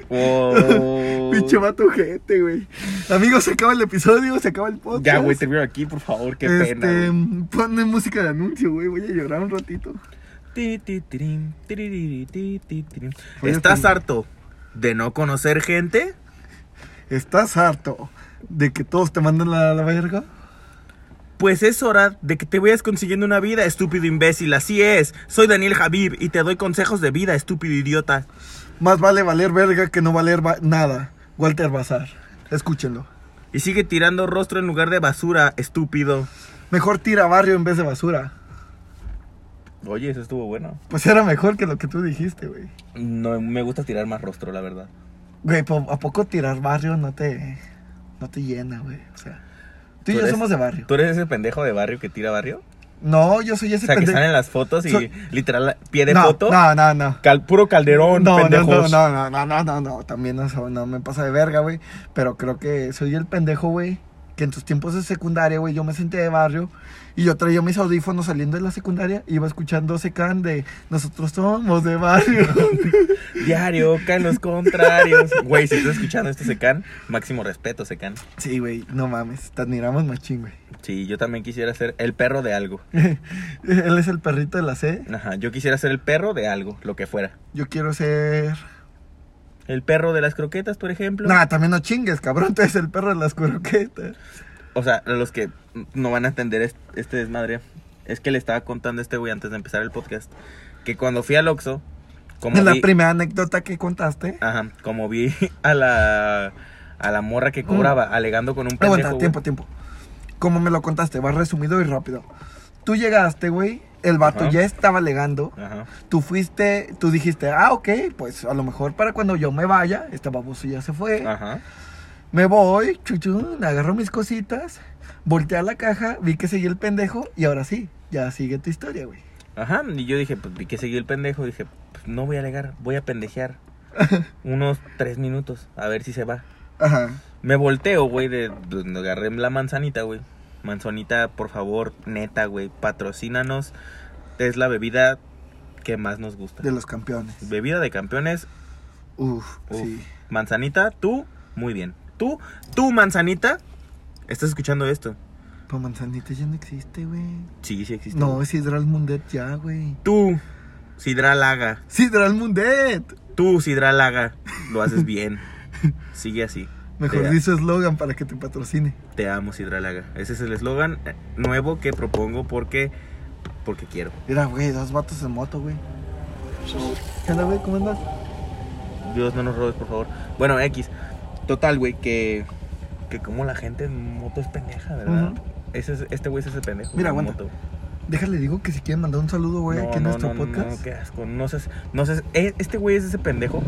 Oh. Pinche vato gente, güey. Amigos, se acaba el episodio, se acaba el podcast. Ya, güey, termino aquí, por favor, qué este, pena, güey. Ponme música de anuncio, güey. Voy a llorar un ratito. Ti, ti, tirim, tiriri, ti, ti, tirim. Oye, ¿Estás que- harto de no conocer gente? ¿Estás harto de que todos te mandan a la verga? Pues es hora de que te vayas consiguiendo una vida, estúpido imbécil. Así es. Soy Daniel Javib y te doy consejos de vida, estúpido idiota. Más vale valer verga que no valer va- nada. Walter Bazar. Escúchenlo. Y sigue tirando rostro en lugar de basura, estúpido. Mejor tira barrio en vez de basura. Oye, eso estuvo bueno. Pues era mejor que lo que tú dijiste, güey. No, me gusta tirar más rostro, la verdad. Güey, po- ¿a poco tirar barrio no te, no te llena, güey? O sea, tú y yo eres- somos de barrio. ¿Tú eres ese pendejo de barrio que tira barrio? No, yo soy ese O sea, que pendejo. salen las fotos y Soy- literal pie de no, foto. no, no, no. Cal- puro calderón, No, no, pendejos. no, no, no, no, no, no, también no, so- no me pasa de verga, güey. Pero creo que soy el pendejo, güey, que en tus tiempos de secundaria, güey, yo me senté de barrio y yo traía mis audífonos saliendo de la secundaria, iba escuchando Secan de Nosotros somos de barrio. Diario, caen los contrarios. Güey, si estás escuchando esto, Secan, máximo respeto, Secan. Sí, güey, no mames, te admiramos machín, güey. Sí, yo también quisiera ser el perro de algo. Él es el perrito de la C. Ajá, yo quisiera ser el perro de algo, lo que fuera. Yo quiero ser... El perro de las croquetas, por ejemplo. Nah, también no chingues, cabrón, tú eres el perro de las croquetas. O sea, los que no van a entender est- este desmadre, es que le estaba contando a este güey antes de empezar el podcast, que cuando fui al Oxxo, como En la vi, primera anécdota que contaste... ajá, como vi a la a la morra que cobraba, alegando con un pendejo, Aguanta, güey. tiempo, tiempo. Como me lo contaste, va resumido y rápido. Tú llegaste, güey, el vato Ajá. ya estaba alegando. Ajá. Tú fuiste, tú dijiste, ah, ok, pues a lo mejor para cuando yo me vaya, este baboso ya se fue. Ajá. Me voy, chuchún, agarro mis cositas, volteé a la caja, vi que seguía el pendejo y ahora sí, ya sigue tu historia, güey. Ajá, y yo dije, pues vi que seguí el pendejo, dije, pues no voy a alegar, voy a pendejear unos tres minutos, a ver si se va. Ajá. Me volteo, güey, de donde agarré la manzanita, güey. Manzanita, por favor, neta, güey, patrocínanos. Es la bebida que más nos gusta. De los campeones. Bebida de campeones. Uf, Uf. sí. Manzanita, tú, muy bien. Tú, tú, manzanita, estás escuchando esto. Pues manzanita ya no existe, güey. Sí, sí existe. No, es Sidral Mundet ya, güey. Tú, Sidralaga. Sidral Mundet. Tú, Sidralaga, lo haces bien. Sigue así. Mejor Te- di su eslogan para que te patrocine. Te amo, Sidralaga. Ese es el eslogan eh, nuevo que propongo porque porque quiero. Mira, güey, dos vatos en moto, güey. ¿Qué onda, güey? ¿Cómo andas? Dios, no nos robes, por favor. Bueno, X. Total, güey, que que como la gente en moto es pendeja, ¿verdad? Ujú. Ese es, este güey es ese pendejo. Mira, en aguanta. moto. Déjale, digo que si quieren mandar un saludo, güey, aquí en no, nuestro no, podcast. No, qué asco. No sé, no sé. eh, Este güey es ese pendejo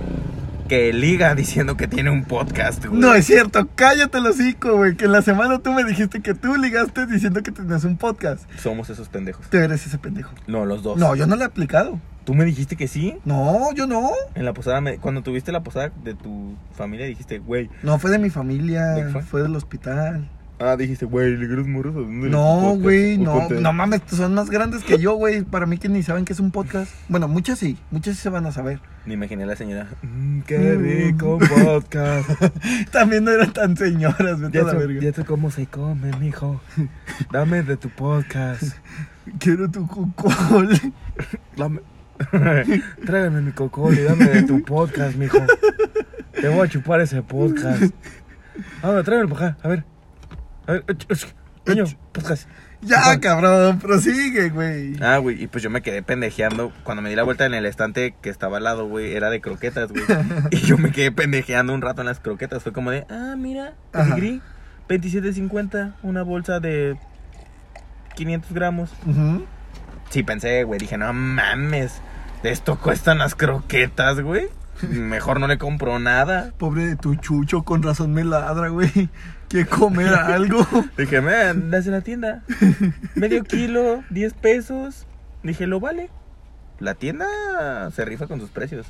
que liga diciendo que tiene un podcast, güey. No es cierto, cállate el hocico, güey. Que en la semana tú me dijiste que tú ligaste diciendo que tenías un podcast. Somos esos pendejos. Tú eres ese pendejo. No, los dos. No, yo no le he aplicado. Tú me dijiste que sí. No, yo no. En la posada, me- cuando tuviste la posada de tu familia, dijiste, güey. No, fue de mi familia, ¿De qué fue? fue del hospital. Ah, dijiste, güey, ligar los morros. ¿a dónde les No, podcast? güey, O no, ponte- no mames, son más grandes que yo, güey. Para mí que ni saben que es un podcast. Bueno, muchas sí, muchas sí se van a saber. Me imaginé a la señora. "Mm, qué rico un podcast. También no eran tan señoras, vete Ya a la sé, verga. ya sé cómo se come, mijo. Dame de tu podcast. Quiero tu cucol. Dame. Tráigame mi cocol y dame de tu podcast, mijo. Te voy a chupar ese podcast. Ah, tráigame para acá, a ver. A ver, ech, ech, niño, podcast. Ya, cabrón, prosigue, güey. Ah, güey, y pues yo me quedé pendejeando. Cuando me di la vuelta en el estante que estaba al lado, güey, era de croquetas, güey. Y yo me quedé pendejeando un rato en las croquetas. Fue como de, ah, mira, Ajá. pedigrí, veintisiete cincuenta, una bolsa de quinientos gramos. Ujú. Sí, pensé, güey, dije, no mames, de esto cuestan las croquetas, güey. Mejor no le compro nada. Pobre de tu chucho, con razón me ladra, güey. Quiere comer algo. Dije, man, las de la tienda. Medio kilo, diez pesos. Dije, lo vale. La tienda se rifa con sus precios.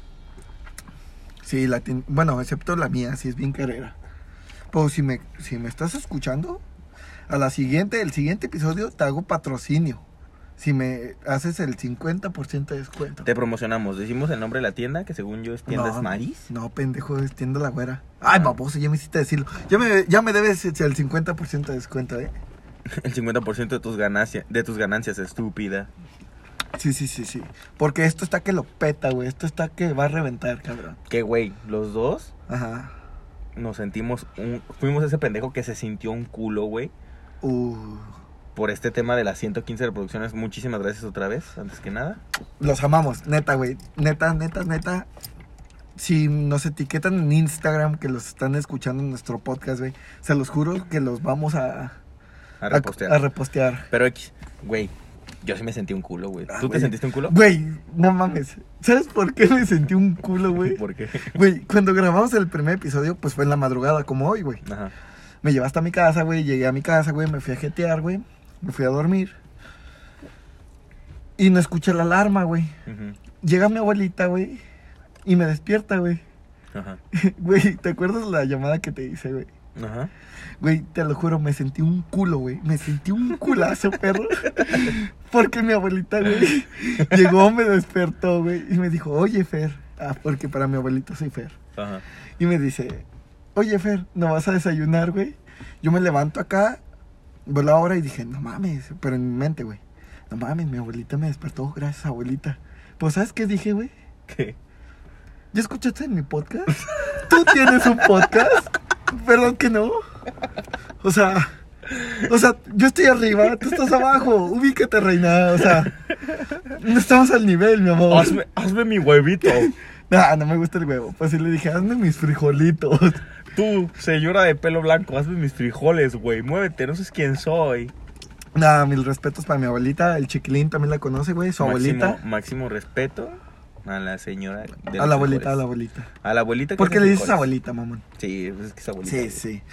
Sí, la tien- bueno, excepto la mía, sí es bien carrera. Pues si me, si me estás escuchando, a la siguiente, el siguiente episodio te hago patrocinio. Si me haces el cincuenta por ciento de descuento. Te promocionamos. Decimos el nombre de la tienda, que según yo es Tiendas No, Maris. No, pendejo, es tienda la güera. Ay, baboso, ya me hiciste decirlo. Ya me, ya me debes el cincuenta por ciento de descuento, ¿eh? El cincuenta por ciento de tus ganancias, de tus ganancias, estúpida. Sí, sí, sí, sí. Porque esto está que lo peta, güey. Esto está que va a reventar, cabrón. Que, güey, los dos Ajá. nos sentimos un... Fuimos ese pendejo que se sintió un culo, güey. Uh, Por este tema de las ciento quince reproducciones. Muchísimas gracias otra vez, antes que nada. los amamos, neta, güey. Neta, neta, neta. Si nos etiquetan en Instagram que los están escuchando en nuestro podcast, güey, se los juro que los vamos a... A repostear. A, a repostear. Pero X, güey, yo sí me sentí un culo, güey. Ah, ¿Tú te güey. sentiste un culo? Güey, no mames. ¿Sabes por qué me sentí un culo, güey? ¿Por qué? Güey, cuando grabamos el primer episodio, pues fue en la madrugada, como hoy, güey. Ajá. Me llevaste a mi casa, güey. Llegué a mi casa, güey. Me fui a jetear, güey. Me fui a dormir. Y no escuché la alarma, güey. Ujú. Llega mi abuelita, güey. Y me despierta, güey. Ajá. Güey, ¿te acuerdas la llamada que te hice, güey? Ajá. Güey, te lo juro, me sentí un culo, güey. Me sentí un culazo, perro. Porque mi abuelita, güey, llegó, me despertó, güey. Y me dijo, oye, Fer. Ah, porque para mi abuelito soy Fer. Ajá. Y me dice, oye, Fer, ¿no vas a desayunar, güey? Yo me levanto acá, veo la hora y dije, no mames. Pero en mi mente, güey, no mames, mi abuelita me despertó. Gracias, abuelita. Pues, ¿sabes qué dije, güey? ¿Qué? ¿Ya escuchaste en mi podcast? ¿Tú tienes un podcast? Perdón que no. O sea, o sea, yo estoy arriba, tú estás abajo. Ubícate, reina. O sea, no estamos al nivel, mi amor. Hazme, hazme mi huevito. No, no me gusta el huevo. Pues sí le dije, hazme mis frijolitos. Tú, señora de pelo blanco, hazme mis frijoles, güey. Muévete, no sabes quién soy. Nada, mil respetos para mi abuelita. El chiquilín también la conoce, güey. Su Máximo- abuelita. Máximo respeto a la señora de A los la abuelita, a frijoles. la abuelita. A la abuelita que ¿Por qué hace le dices frijoles. abuelita, mamón? Sí, es que es abuelita. Sí, güey. sí.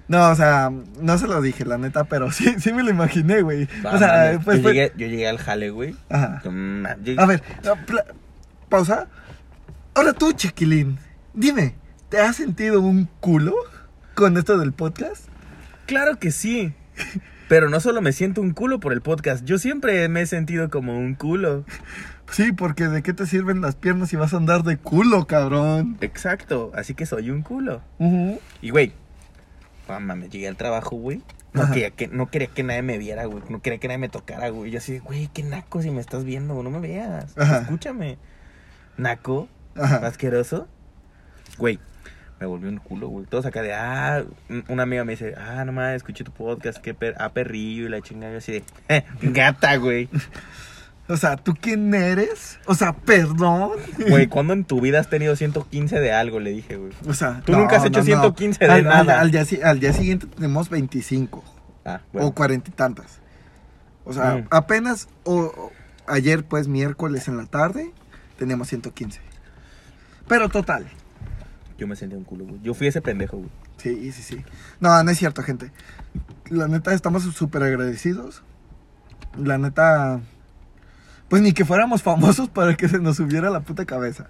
No, o sea, no se lo dije, la neta, pero sí, sí me lo imaginé, güey. Ah, O sea, mames, pues yo, fue... llegué, yo llegué al jale, güey. Ajá. Mm, yo- A ver, no, pla- pausa. Ahora tú, chiquilín, dime, ¿te has sentido un culo con esto del podcast? Claro que sí. Pero no solo me siento un culo por el podcast, yo siempre me he sentido como un culo. Sí, porque ¿de qué te sirven las piernas si vas a andar de culo, cabrón? Exacto, así que soy un culo. Ujú. Y, güey, ah, mames, llegué al trabajo, güey. No Ajá. quería, que, no quería que nadie me viera, güey. No quería que nadie me tocara, güey. Yo así, güey, qué naco si me estás viendo, no me veas. Ajá. Escúchame. Naco, Ajá. asqueroso. Güey, me volvió un culo, güey. Todos acá de, ah, un- una amiga me dice, ah, no mames, escuché tu podcast, qué per ah, perrillo y la chingada. Yo así de, eh, gata, güey. O sea, ¿tú quién eres? O sea, perdón. Güey, ¿cuándo en tu vida has tenido ciento quince de algo? Le dije, güey. O sea, Tú nunca has hecho ciento quince de al, al- nada. Al, día, si- al día siguiente tenemos veinticinco Ah, bueno. o cuarenta y tantas. O sea, Mm. apenas o, o- ayer, pues, miércoles en la tarde, teníamos ciento quince. Pero total. Yo me sentí un culo, güey. Yo fui ese pendejo, güey. Sí, sí, sí. No, no es cierto, gente. La neta, estamos súper agradecidos. La neta, pues ni que fuéramos famosos para que se nos subiera la puta cabeza.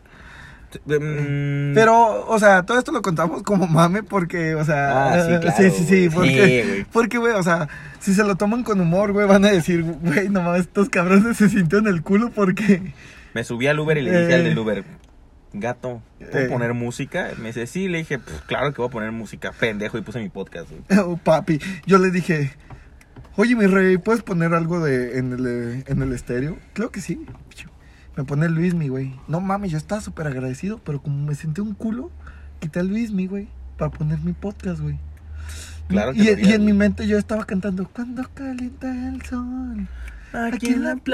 Mm, Pero, o sea, todo esto lo contamos como mame porque, o sea... Ah, sí, claro, sí, sí, sí, güey. porque, Sí, güey. porque, güey, o sea, si se lo toman con humor, güey, van a decir, güey, no mames, estos cabrones se sintieron el culo porque... Me subí al Uber y le dije al Eh. del Uber, gato, ¿puedo Eh. poner música? Me dice, sí, le dije, "Pff, claro que voy a poner música, pendejo, y puse mi podcast, güey. Oh, papi, yo le dije, oye, mi rey, ¿puedes poner algo de en el, eh, en el estéreo? Claro que sí. Me pone Luismi, güey. No mames, yo estaba súper agradecido, pero como me senté un culo, quité a Luismi, güey, para poner mi podcast, güey. Claro que y, lo y haría, en güey. mi mente yo estaba cantando, cuando calienta el sol. Aquí en la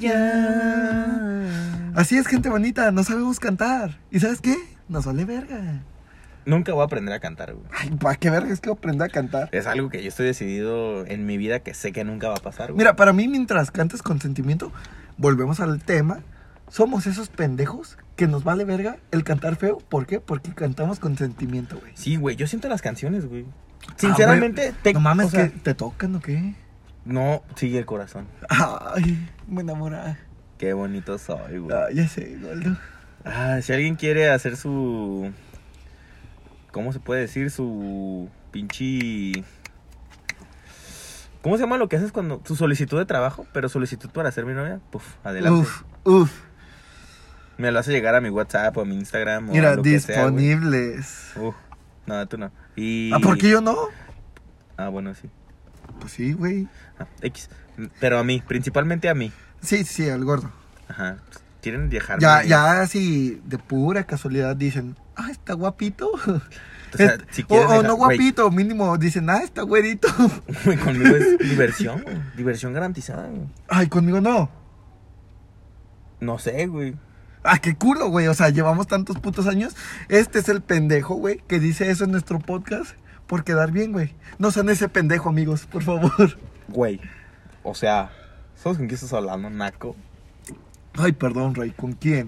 playa. Así es, gente bonita, no sabemos cantar. ¿Y sabes qué? Nos vale verga. Nunca voy a aprender a cantar, güey. Ay, ¿para qué verga es que aprenda a cantar? Es algo que yo estoy decidido en mi vida que sé que nunca va a pasar, güey. Mira, para mí, mientras cantes con sentimiento, volvemos al tema. Somos esos pendejos que nos vale verga el cantar feo. ¿Por qué? Porque cantamos con sentimiento, güey. Sí, güey, yo siento las canciones, güey. Ah, Sinceramente, güey, te... no mames, o sea, que te tocan o qué. no, sigue el corazón. Ay, me enamora. Qué bonito soy, güey. Ah, ya sé, Goldo. Ah, si alguien quiere hacer su... ¿Cómo se puede decir? Su pinche... ¿Cómo se llama lo que haces cuando... Tu solicitud de trabajo, pero solicitud para ser mi novia? Puf, adelante. Uf, uf. Me lo hace llegar a mi WhatsApp o a mi Instagram o Mira, a lo que sea, güey. disponibles. Uf, no, tú no. Y... Ah, ¿por qué yo no? Ah, bueno, sí. Pues sí, güey. Ah, X. Pero a mí, principalmente a mí. Sí, sí, sí, al gordo. Ajá. Quieren dejarme... Ya, ya, así, de pura casualidad dicen, ah, está guapito. O sea, Es- si o, quieres o dejar- no güey. guapito, mínimo dicen, ah, está güerito. Güey, conmigo es diversión, güey. Diversión garantizada, güey. Ay, conmigo no. No sé, güey. Ah, qué culo, güey. O sea, llevamos tantos putos años. Este es el pendejo, güey, que dice eso en nuestro podcast por quedar bien, güey. No sean ese pendejo, amigos, por favor. Güey. O sea, ¿sabes con qué estás hablando, naco? Ay, perdón, Rey, ¿con quién?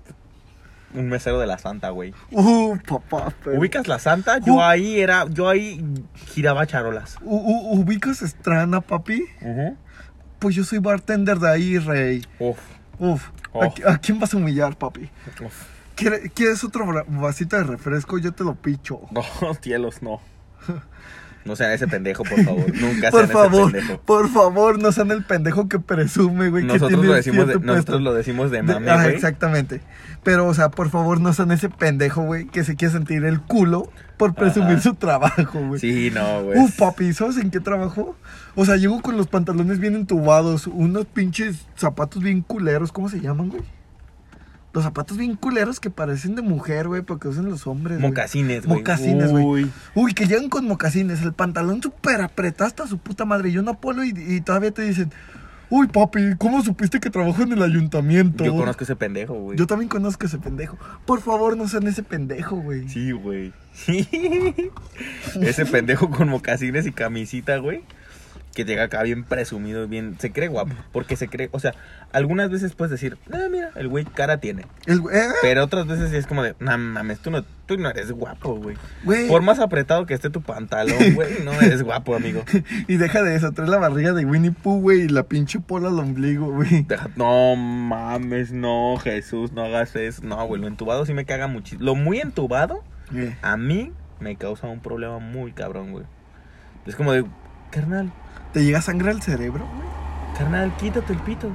Un mesero de la Santa, güey. Uh, papá, pero... ¿Ubicas la Santa? Yo Uh. ahí era, yo ahí giraba charolas. U- u- ¿Ubicas Estrana, papi? Ujú. Pues yo soy bartender de ahí, Rey. Uf, Uf, Oh. ¿a, qui- a quién vas a humillar, papi? uf. ¿Quiere- ¿Quieres otro bra- vasito de refresco? Yo te lo picho. No, cielos, no. No sean ese pendejo, por favor. Nunca Por sean favor, ese pendejo. por favor, no sean el pendejo que presume, güey. que Nosotros tiene lo decimos de, cierto nosotros puesto. lo decimos de De- mame, ajá, güey. exactamente. Pero, o sea, por favor, no sean ese pendejo, güey, que se quiere sentir el culo por presumir Ajá. su trabajo, güey. Sí, no, güey. Uf, papi, ¿sabes en qué trabajo? O sea, llego con los pantalones bien entubados, unos pinches zapatos bien culeros, ¿cómo se llaman, güey? Los zapatos bien culeros que parecen de mujer, güey, porque usan los hombres, güey. Mocasines, güey. Mocasines, güey. Uy. Uy, que llegan con mocasines, el pantalón súper apretado hasta su puta madre. Y un Apolo y, y todavía te dicen, uy, papi, ¿cómo supiste que trabajo en el ayuntamiento? Yo conozco ese pendejo, güey. Yo también conozco a ese pendejo. Por favor, no sean ese pendejo, güey. Sí, güey. Ese pendejo con mocasines y camisita, güey. que llega acá bien presumido, bien, se cree guapo, porque se cree, o sea, algunas veces puedes decir, ah, mira, el güey cara tiene, El, güey- eh, pero otras veces sí es como de, no mames, tú no, tú no eres guapo, güey. güey. Por más apretado que esté tu pantalón, güey, no eres guapo, amigo. Y deja de eso, trae la barriga de Winnie Pooh, güey, y la pinche pola al ombligo, güey. Deja- no mames, no, Jesús, no hagas eso. No, güey, lo entubado sí me caga muchísimo. Lo muy entubado, Eh, a mí me causa un problema muy cabrón, güey. Es como de, carnal, ¿Te llega sangre al cerebro, güey? carnal, quítate el pito.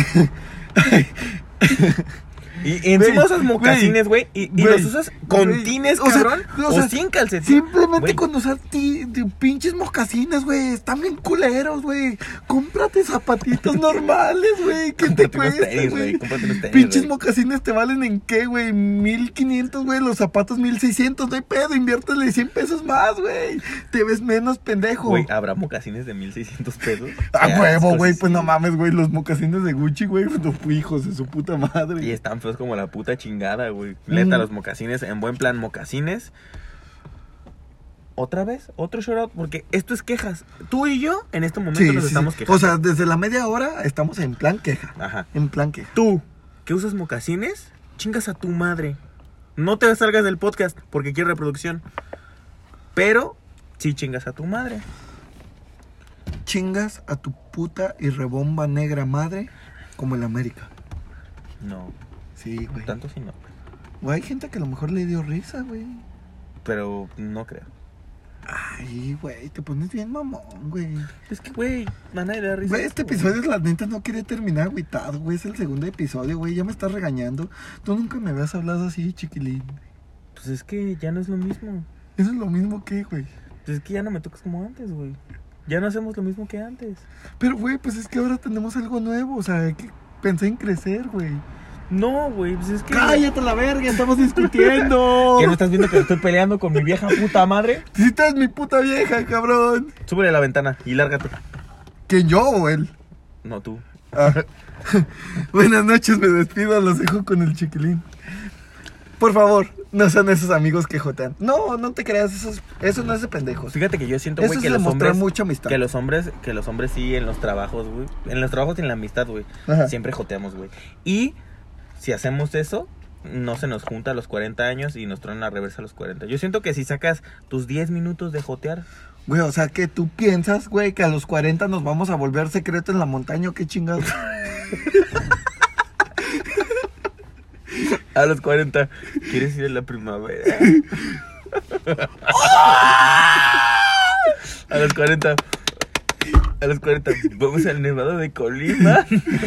Y, y encima Güey, usas mocasines, güey, y, y güey, los usas con güey, tines, o sea, cabrón, o o, sea, sin calcetín. Simplemente Güey, con usar ti, ti- pinches mocasines, güey. Están bien culeros, güey. Cómprate zapatitos normales, güey. ¿Qué te cómprate unos cuesta, tenis, güey? güey, cómprate unos tenis, Pinches güey. mocasines te valen en qué, güey. Mil quinientos, güey. Los zapatos mil seiscientos. No hay pedo. Inviértele cien pesos más, güey. Te ves menos pendejo. Güey, ¿habrá mocasines de mil seiscientos pesos? A Qué huevo, asco, güey. sí, Pues sí. no mames, güey. Los mocasines de Gucci, güey. Los hijos de su puta madre. Y están feos como la puta chingada, güey. Neta, Mm. los mocasines, en buen plan, mocasines. ¿Otra vez? ¿Otro shoutout? Porque esto es quejas. Tú y yo, en este momento, Sí, nos sí, estamos sí. quejando. O sea, desde la media hora estamos en plan queja. Ajá. En plan queja. Tú, que usas mocasines, chingas a tu madre. No te salgas del podcast porque quiero reproducción. Pero, sí chingas a tu madre. Chingas a tu puta y rebomba negra madre como el América. No, Sí, güey. tanto sí no. Güey, hay gente que a lo mejor le dio risa, güey. Pero no creo. Ay, güey, te pones bien mamón, güey. Es que, güey, a nadie le da risa. Güey, este esto, episodio, la neta, no quería terminar agüitado, güey. Es el segundo episodio, güey. Ya me estás regañando. Tú nunca me habías hablado así, chiquilín. Pues es que ya no es lo mismo. Eso es lo mismo que, güey. Pues es que ya no me tocas como antes, güey. Ya no hacemos lo mismo que antes. Pero, güey, pues es que ahora tenemos algo nuevo. O sea, que pensé en crecer, güey. No, güey, pues es que... ¡Cállate la verga! ¡Estamos discutiendo! ¿Qué no estás viendo que estoy peleando con mi vieja puta madre? Si estás mi puta vieja, cabrón. Súbele a la ventana y lárgate. ¿Que yo o él? No, tú. Ah. Buenas noches, me despido, los dejo con el chiquilín. Por favor, no sean esos amigos que jotean. No, no te creas, esos, eso no es de pendejos. Fíjate que yo siento, Eso güey, es que los demostrar hombres... mucha amistad. Que los hombres, que los hombres sí en los trabajos, güey. En los trabajos y en la amistad, güey. Ajá. Siempre joteamos, güey. Y si hacemos eso, no se nos junta a los cuarenta años y nos traen la reversa a los cuarenta. Yo siento que si sacas tus diez minutos de jotear, Güey, o sea, que tú piensas, güey, que a los cuarenta nos vamos a volver secreto en la montaña, ¿o qué chingados? a los cuarenta, ¿quieres ir a la primavera? a los cuarenta, a los cuarenta, vamos al Nevado de Colima.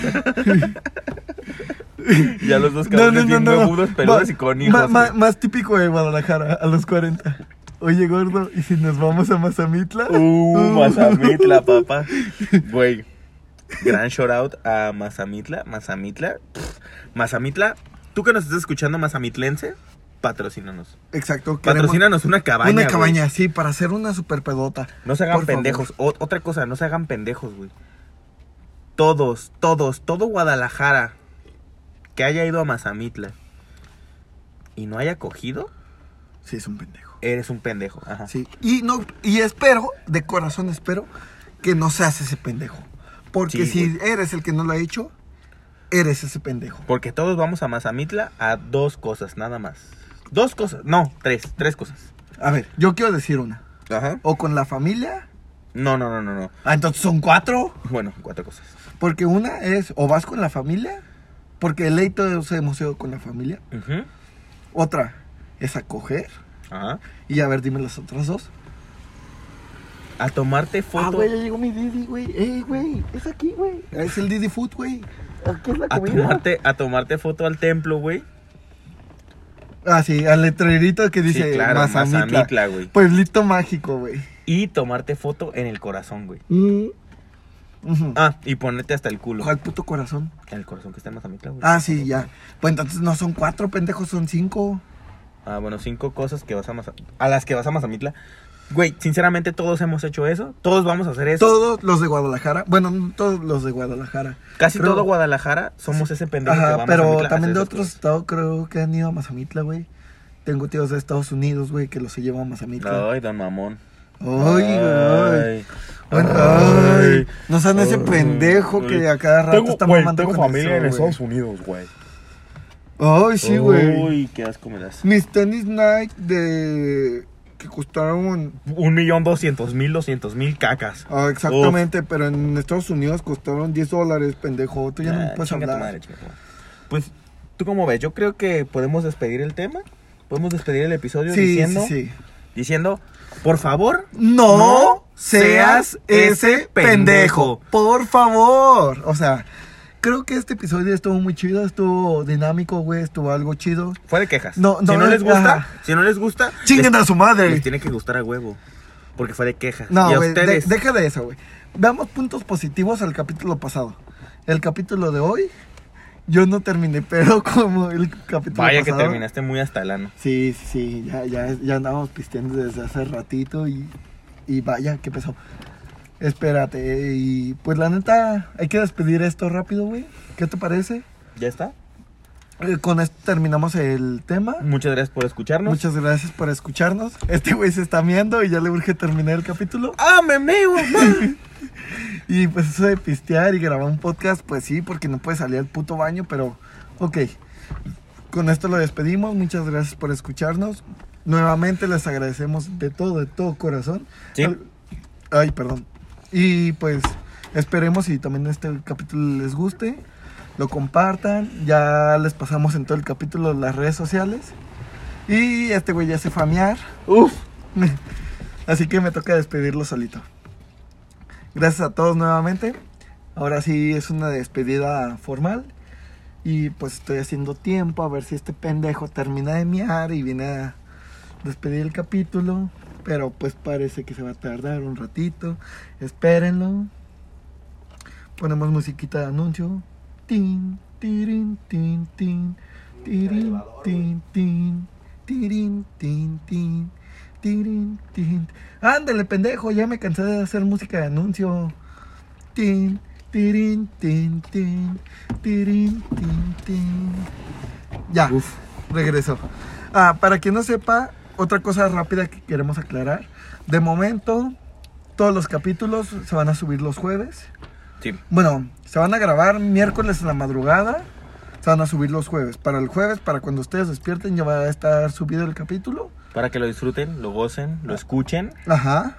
Ya los dos cabrones bien huevudos, peludos y con hijos. Ma- ma- güey. más típico de Guadalajara, a los cuarenta. Oye, gordo, ¿y si nos vamos a Mazamitla? Uh, Mazamitla, papá. Güey, gran shout out a Mazamitla. Mazamitla. Pff, Mazamitla, tú que nos estás escuchando, mazamitlense, patrocínanos. Exacto. queremos Patrocínanos una cabaña. Una güey. cabaña, sí, para hacer una super pedota. No se hagan Por pendejos. O- otra cosa, no se hagan pendejos, güey. Todos, todos, todo Guadalajara que haya ido a Mazamitla y no haya cogido, Sí, es un pendejo. eres un pendejo. Ajá. Sí. Y no, y espero, de corazón espero, que no seas ese pendejo. Porque Sí, si eres el que no lo ha hecho, eres ese pendejo. Porque todos vamos a Mazamitla a dos cosas, nada más. Dos cosas, no, tres, tres cosas. A ver, yo quiero decir una. Ajá. O con la familia. No, no, no, no, no. Ah, entonces son cuatro. Bueno, cuatro cosas. Porque una es, o vas con la familia, porque el ley todos hemos ido con la familia. Ujú. Otra es a coger. Ajá. Y a ver, dime las otras dos. A tomarte Ah, foto. güey, ya llegó mi Didi, güey. Ey, güey, es aquí, güey. Es el Didi Food, güey. Aquí es la a comida. tomarte, a tomarte foto al templo, güey. Ah, sí, al letrerito que dice Sí, claro, Mazamitla. Mazamitla, güey. Pueblito mágico, güey. Y tomarte foto en el corazón, güey. Mm. Ujú. Ah, y ponerte hasta el culo. ¿Cuál puto corazón? En el corazón que está en Mazamitla, güey. Ah, sí, ya. Pues entonces no son cuatro, pendejos, son cinco. Ah, bueno, cinco cosas que vas a Maza- a las que vas a Mazamitla. Güey, sinceramente todos hemos hecho eso. Todos vamos a hacer eso. Todos los de Guadalajara. Bueno, no todos los de Guadalajara. Casi Creo- todo Guadalajara somos ese pendejo que Ajá, va a pero Mazamitla a también hacer de esas otros cosas. estados creo que han ido a Mazamitla, güey. Tengo tíos de Estados Unidos, güey, que los se llevan a Mazamitla. Ay, don mamón. Ay, güey. Bueno, Ay. ay, no sean ese pendejo que a cada rato Tengo, está güey, mamando tengo con familia eso, en güey. Estados Unidos, güey. Ay, sí, güey. Uy, qué asco me das. Mis tenis Nike de... que costaron... Un millón doscientos mil, doscientos mil cacas. Ah, exactamente, pero en Estados Unidos costaron diez dólares, pendejo. Tú ya no Ah, me puedes chinga tu hablar. madre, chinga tu madre. Pues, ¿tú cómo ves? Yo creo que podemos despedir el tema. Podemos despedir el episodio Sí, diciendo... sí, sí. Diciendo, por favor, No, no seas ese pendejo. Por favor. O sea, creo que este episodio estuvo muy chido, estuvo dinámico, güey, estuvo algo chido. Fue de quejas. No, si no, no les gusta, ajá. si no les gusta, Chinguen les, a su madre. les tiene que gustar a huevo. Porque fue de quejas. No, y a güey, de- ustedes, deja de eso, güey. Veamos puntos positivos al capítulo pasado. El capítulo de hoy, yo no terminé, pero como el capítulo vaya pasado. que terminaste muy hasta el ano. Sí, sí, sí, ya, ya, ya andábamos pisteando desde hace ratito y, y vaya, qué pesó. Espérate, y pues la neta, hay que despedir esto rápido, güey. ¿Qué te parece? ¿Ya está? Eh, con esto terminamos el tema. Muchas gracias por escucharnos. Muchas gracias por escucharnos. Este güey se está viendo y ya le urge terminar el capítulo. ¡Ah, me meo, man! Y pues eso de pistear y grabar un podcast, pues sí, porque no puede salir al puto baño, pero ok. Con esto lo despedimos. Muchas gracias por escucharnos. Nuevamente les agradecemos de todo, de todo corazón. Sí. Ay, perdón. Y pues esperemos y también este capítulo les guste. Lo compartan. Ya les pasamos en todo el capítulo las redes sociales. Y este güey ya se fue a mear. Uf. Así que me toca despedirlo solito. Gracias a todos nuevamente. Ahora sí es una despedida formal. Y pues estoy haciendo tiempo a ver si este pendejo termina de miar y viene a despedir el capítulo. Pero pues parece que se va a tardar un ratito. Espérenlo. Ponemos musiquita de anuncio. Tin, tirin, tin, tin. Tirin, tin, tin. Tirin, tin, tin. Tirin, tin. Ándale, pendejo, ya me cansé de hacer música de anuncio. Tin, tirin, tin, tin. Tirin, tin, tin. Ya, Uf. regresó. Ah, para quien no sepa, otra cosa rápida que queremos aclarar. De momento, todos los capítulos se van a subir los jueves. Sí. Bueno, se van a grabar miércoles en la madrugada. Se van a subir los jueves. Para el jueves, para cuando ustedes despierten, ya va a estar subido el capítulo. Para que lo disfruten, lo gocen, lo escuchen. Ajá.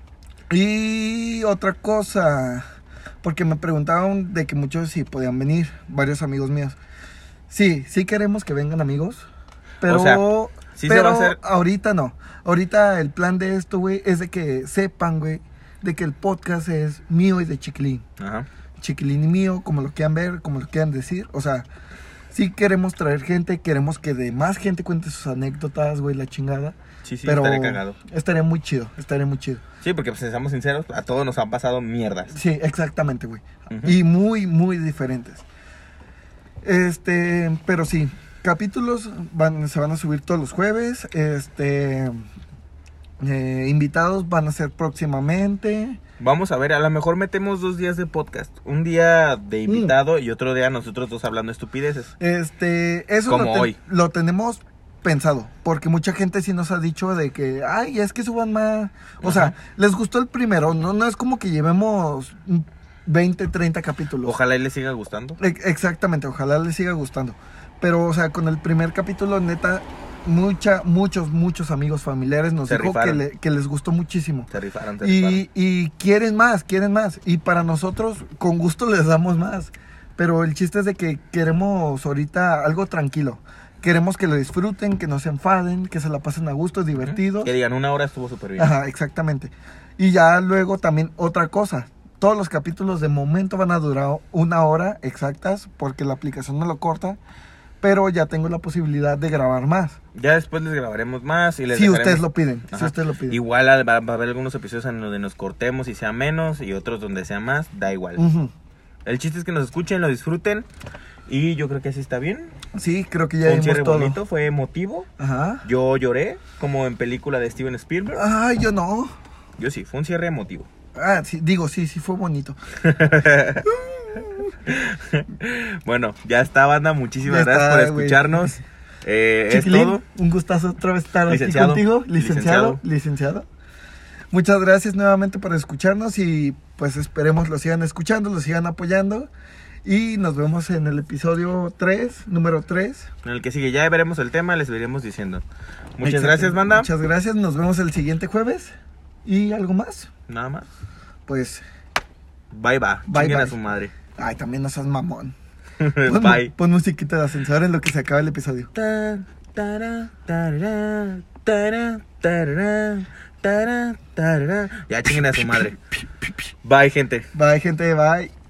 Y otra cosa, porque me preguntaban de que muchos sí podían venir, varios amigos míos. Sí, sí queremos que vengan amigos, pero, O sea, sí se pero va a hacer- ahorita no. Ahorita el plan de esto, güey, es de que sepan, güey, de que el podcast es mío y de Chiquilín. Ajá. Chiquilín y mío, como lo quieran ver, como lo quieran decir. O sea, sí queremos traer gente, queremos que de más gente cuente sus anécdotas, güey, la chingada. Sí, sí, pero estaría cagado. estaría muy chido, estaría muy chido. Sí, porque pues, seamos sinceros, a todos nos han pasado mierdas. Sí, exactamente, güey. Ujú. Y muy, muy diferentes. Este, pero sí, capítulos van, se van a subir todos los jueves. Este, eh, invitados van a ser próximamente. Vamos a ver, a lo mejor metemos dos días de podcast. Un día de invitado y otro día nosotros dos hablando estupideces. Este, eso Como lo, te- hoy. lo tenemos pensado, porque mucha gente sí nos ha dicho de que, ay, es que suban más. O Ajá. sea, les gustó el primero, no, no es como que llevemos veinte, treinta capítulos. Ojalá y les siga gustando. Ex- Exactamente, ojalá les siga gustando. Pero, o sea, con el primer capítulo, neta, mucha, muchos, muchos amigos familiares nos Se dijo que, rifaron. le- que les gustó muchísimo. Se rifaron, se rifaron. Y, y quieren más, quieren más. Y para nosotros, con gusto les damos más. Pero el chiste es de que queremos ahorita algo tranquilo. Queremos que lo disfruten, que no se enfaden, que se la pasen a gusto, divertido. Que digan, una hora estuvo súper bien. Ajá, exactamente. Y ya luego también otra cosa. Todos los capítulos de momento van a durar una hora exactas porque la aplicación me lo corta. Pero ya tengo la posibilidad de grabar más. Ya después les grabaremos más y les Si dejaremos- ustedes lo piden, si Ajá. ustedes lo piden. Igual va va a haber algunos episodios en donde nos cortemos y sea menos y otros donde sea más, da igual. Ujú. El chiste es que nos escuchen, lo disfruten y yo creo que así está bien. Sí, creo que ya Fue un vimos cierre todo. bonito, fue emotivo. Ajá. Yo lloré como en película de Steven Spielberg. Ay, yo no. Yo sí, fue un cierre emotivo. Ah, sí, digo, sí, sí fue bonito. Bueno, ya está, banda. Muchísimas Ya gracias está, por güey. escucharnos. Eh, es Chiquilín, todo. un gustazo otra vez estar Licenciado, aquí contigo. Licenciado, licenciado. licenciado. Muchas gracias nuevamente por escucharnos y pues esperemos lo sigan escuchando, lo sigan apoyando. Y nos vemos en el episodio tres, número tres. En el que sigue, ya veremos el tema, les iremos diciendo. Muchas Exacto. gracias, banda. Muchas gracias, nos vemos el siguiente jueves. ¿Y algo más? Nada más. Pues, Bye, bye. Bye, Chinguen bye. a su madre. ay, también no seas mamón. Pon, Bye. pon musiquita de ascensor en lo que se acaba el episodio. Ta, tara, tarara, tara, tarara, tara, tarara. Ya chinguen a su madre. Bye, gente. Bye, gente, bye.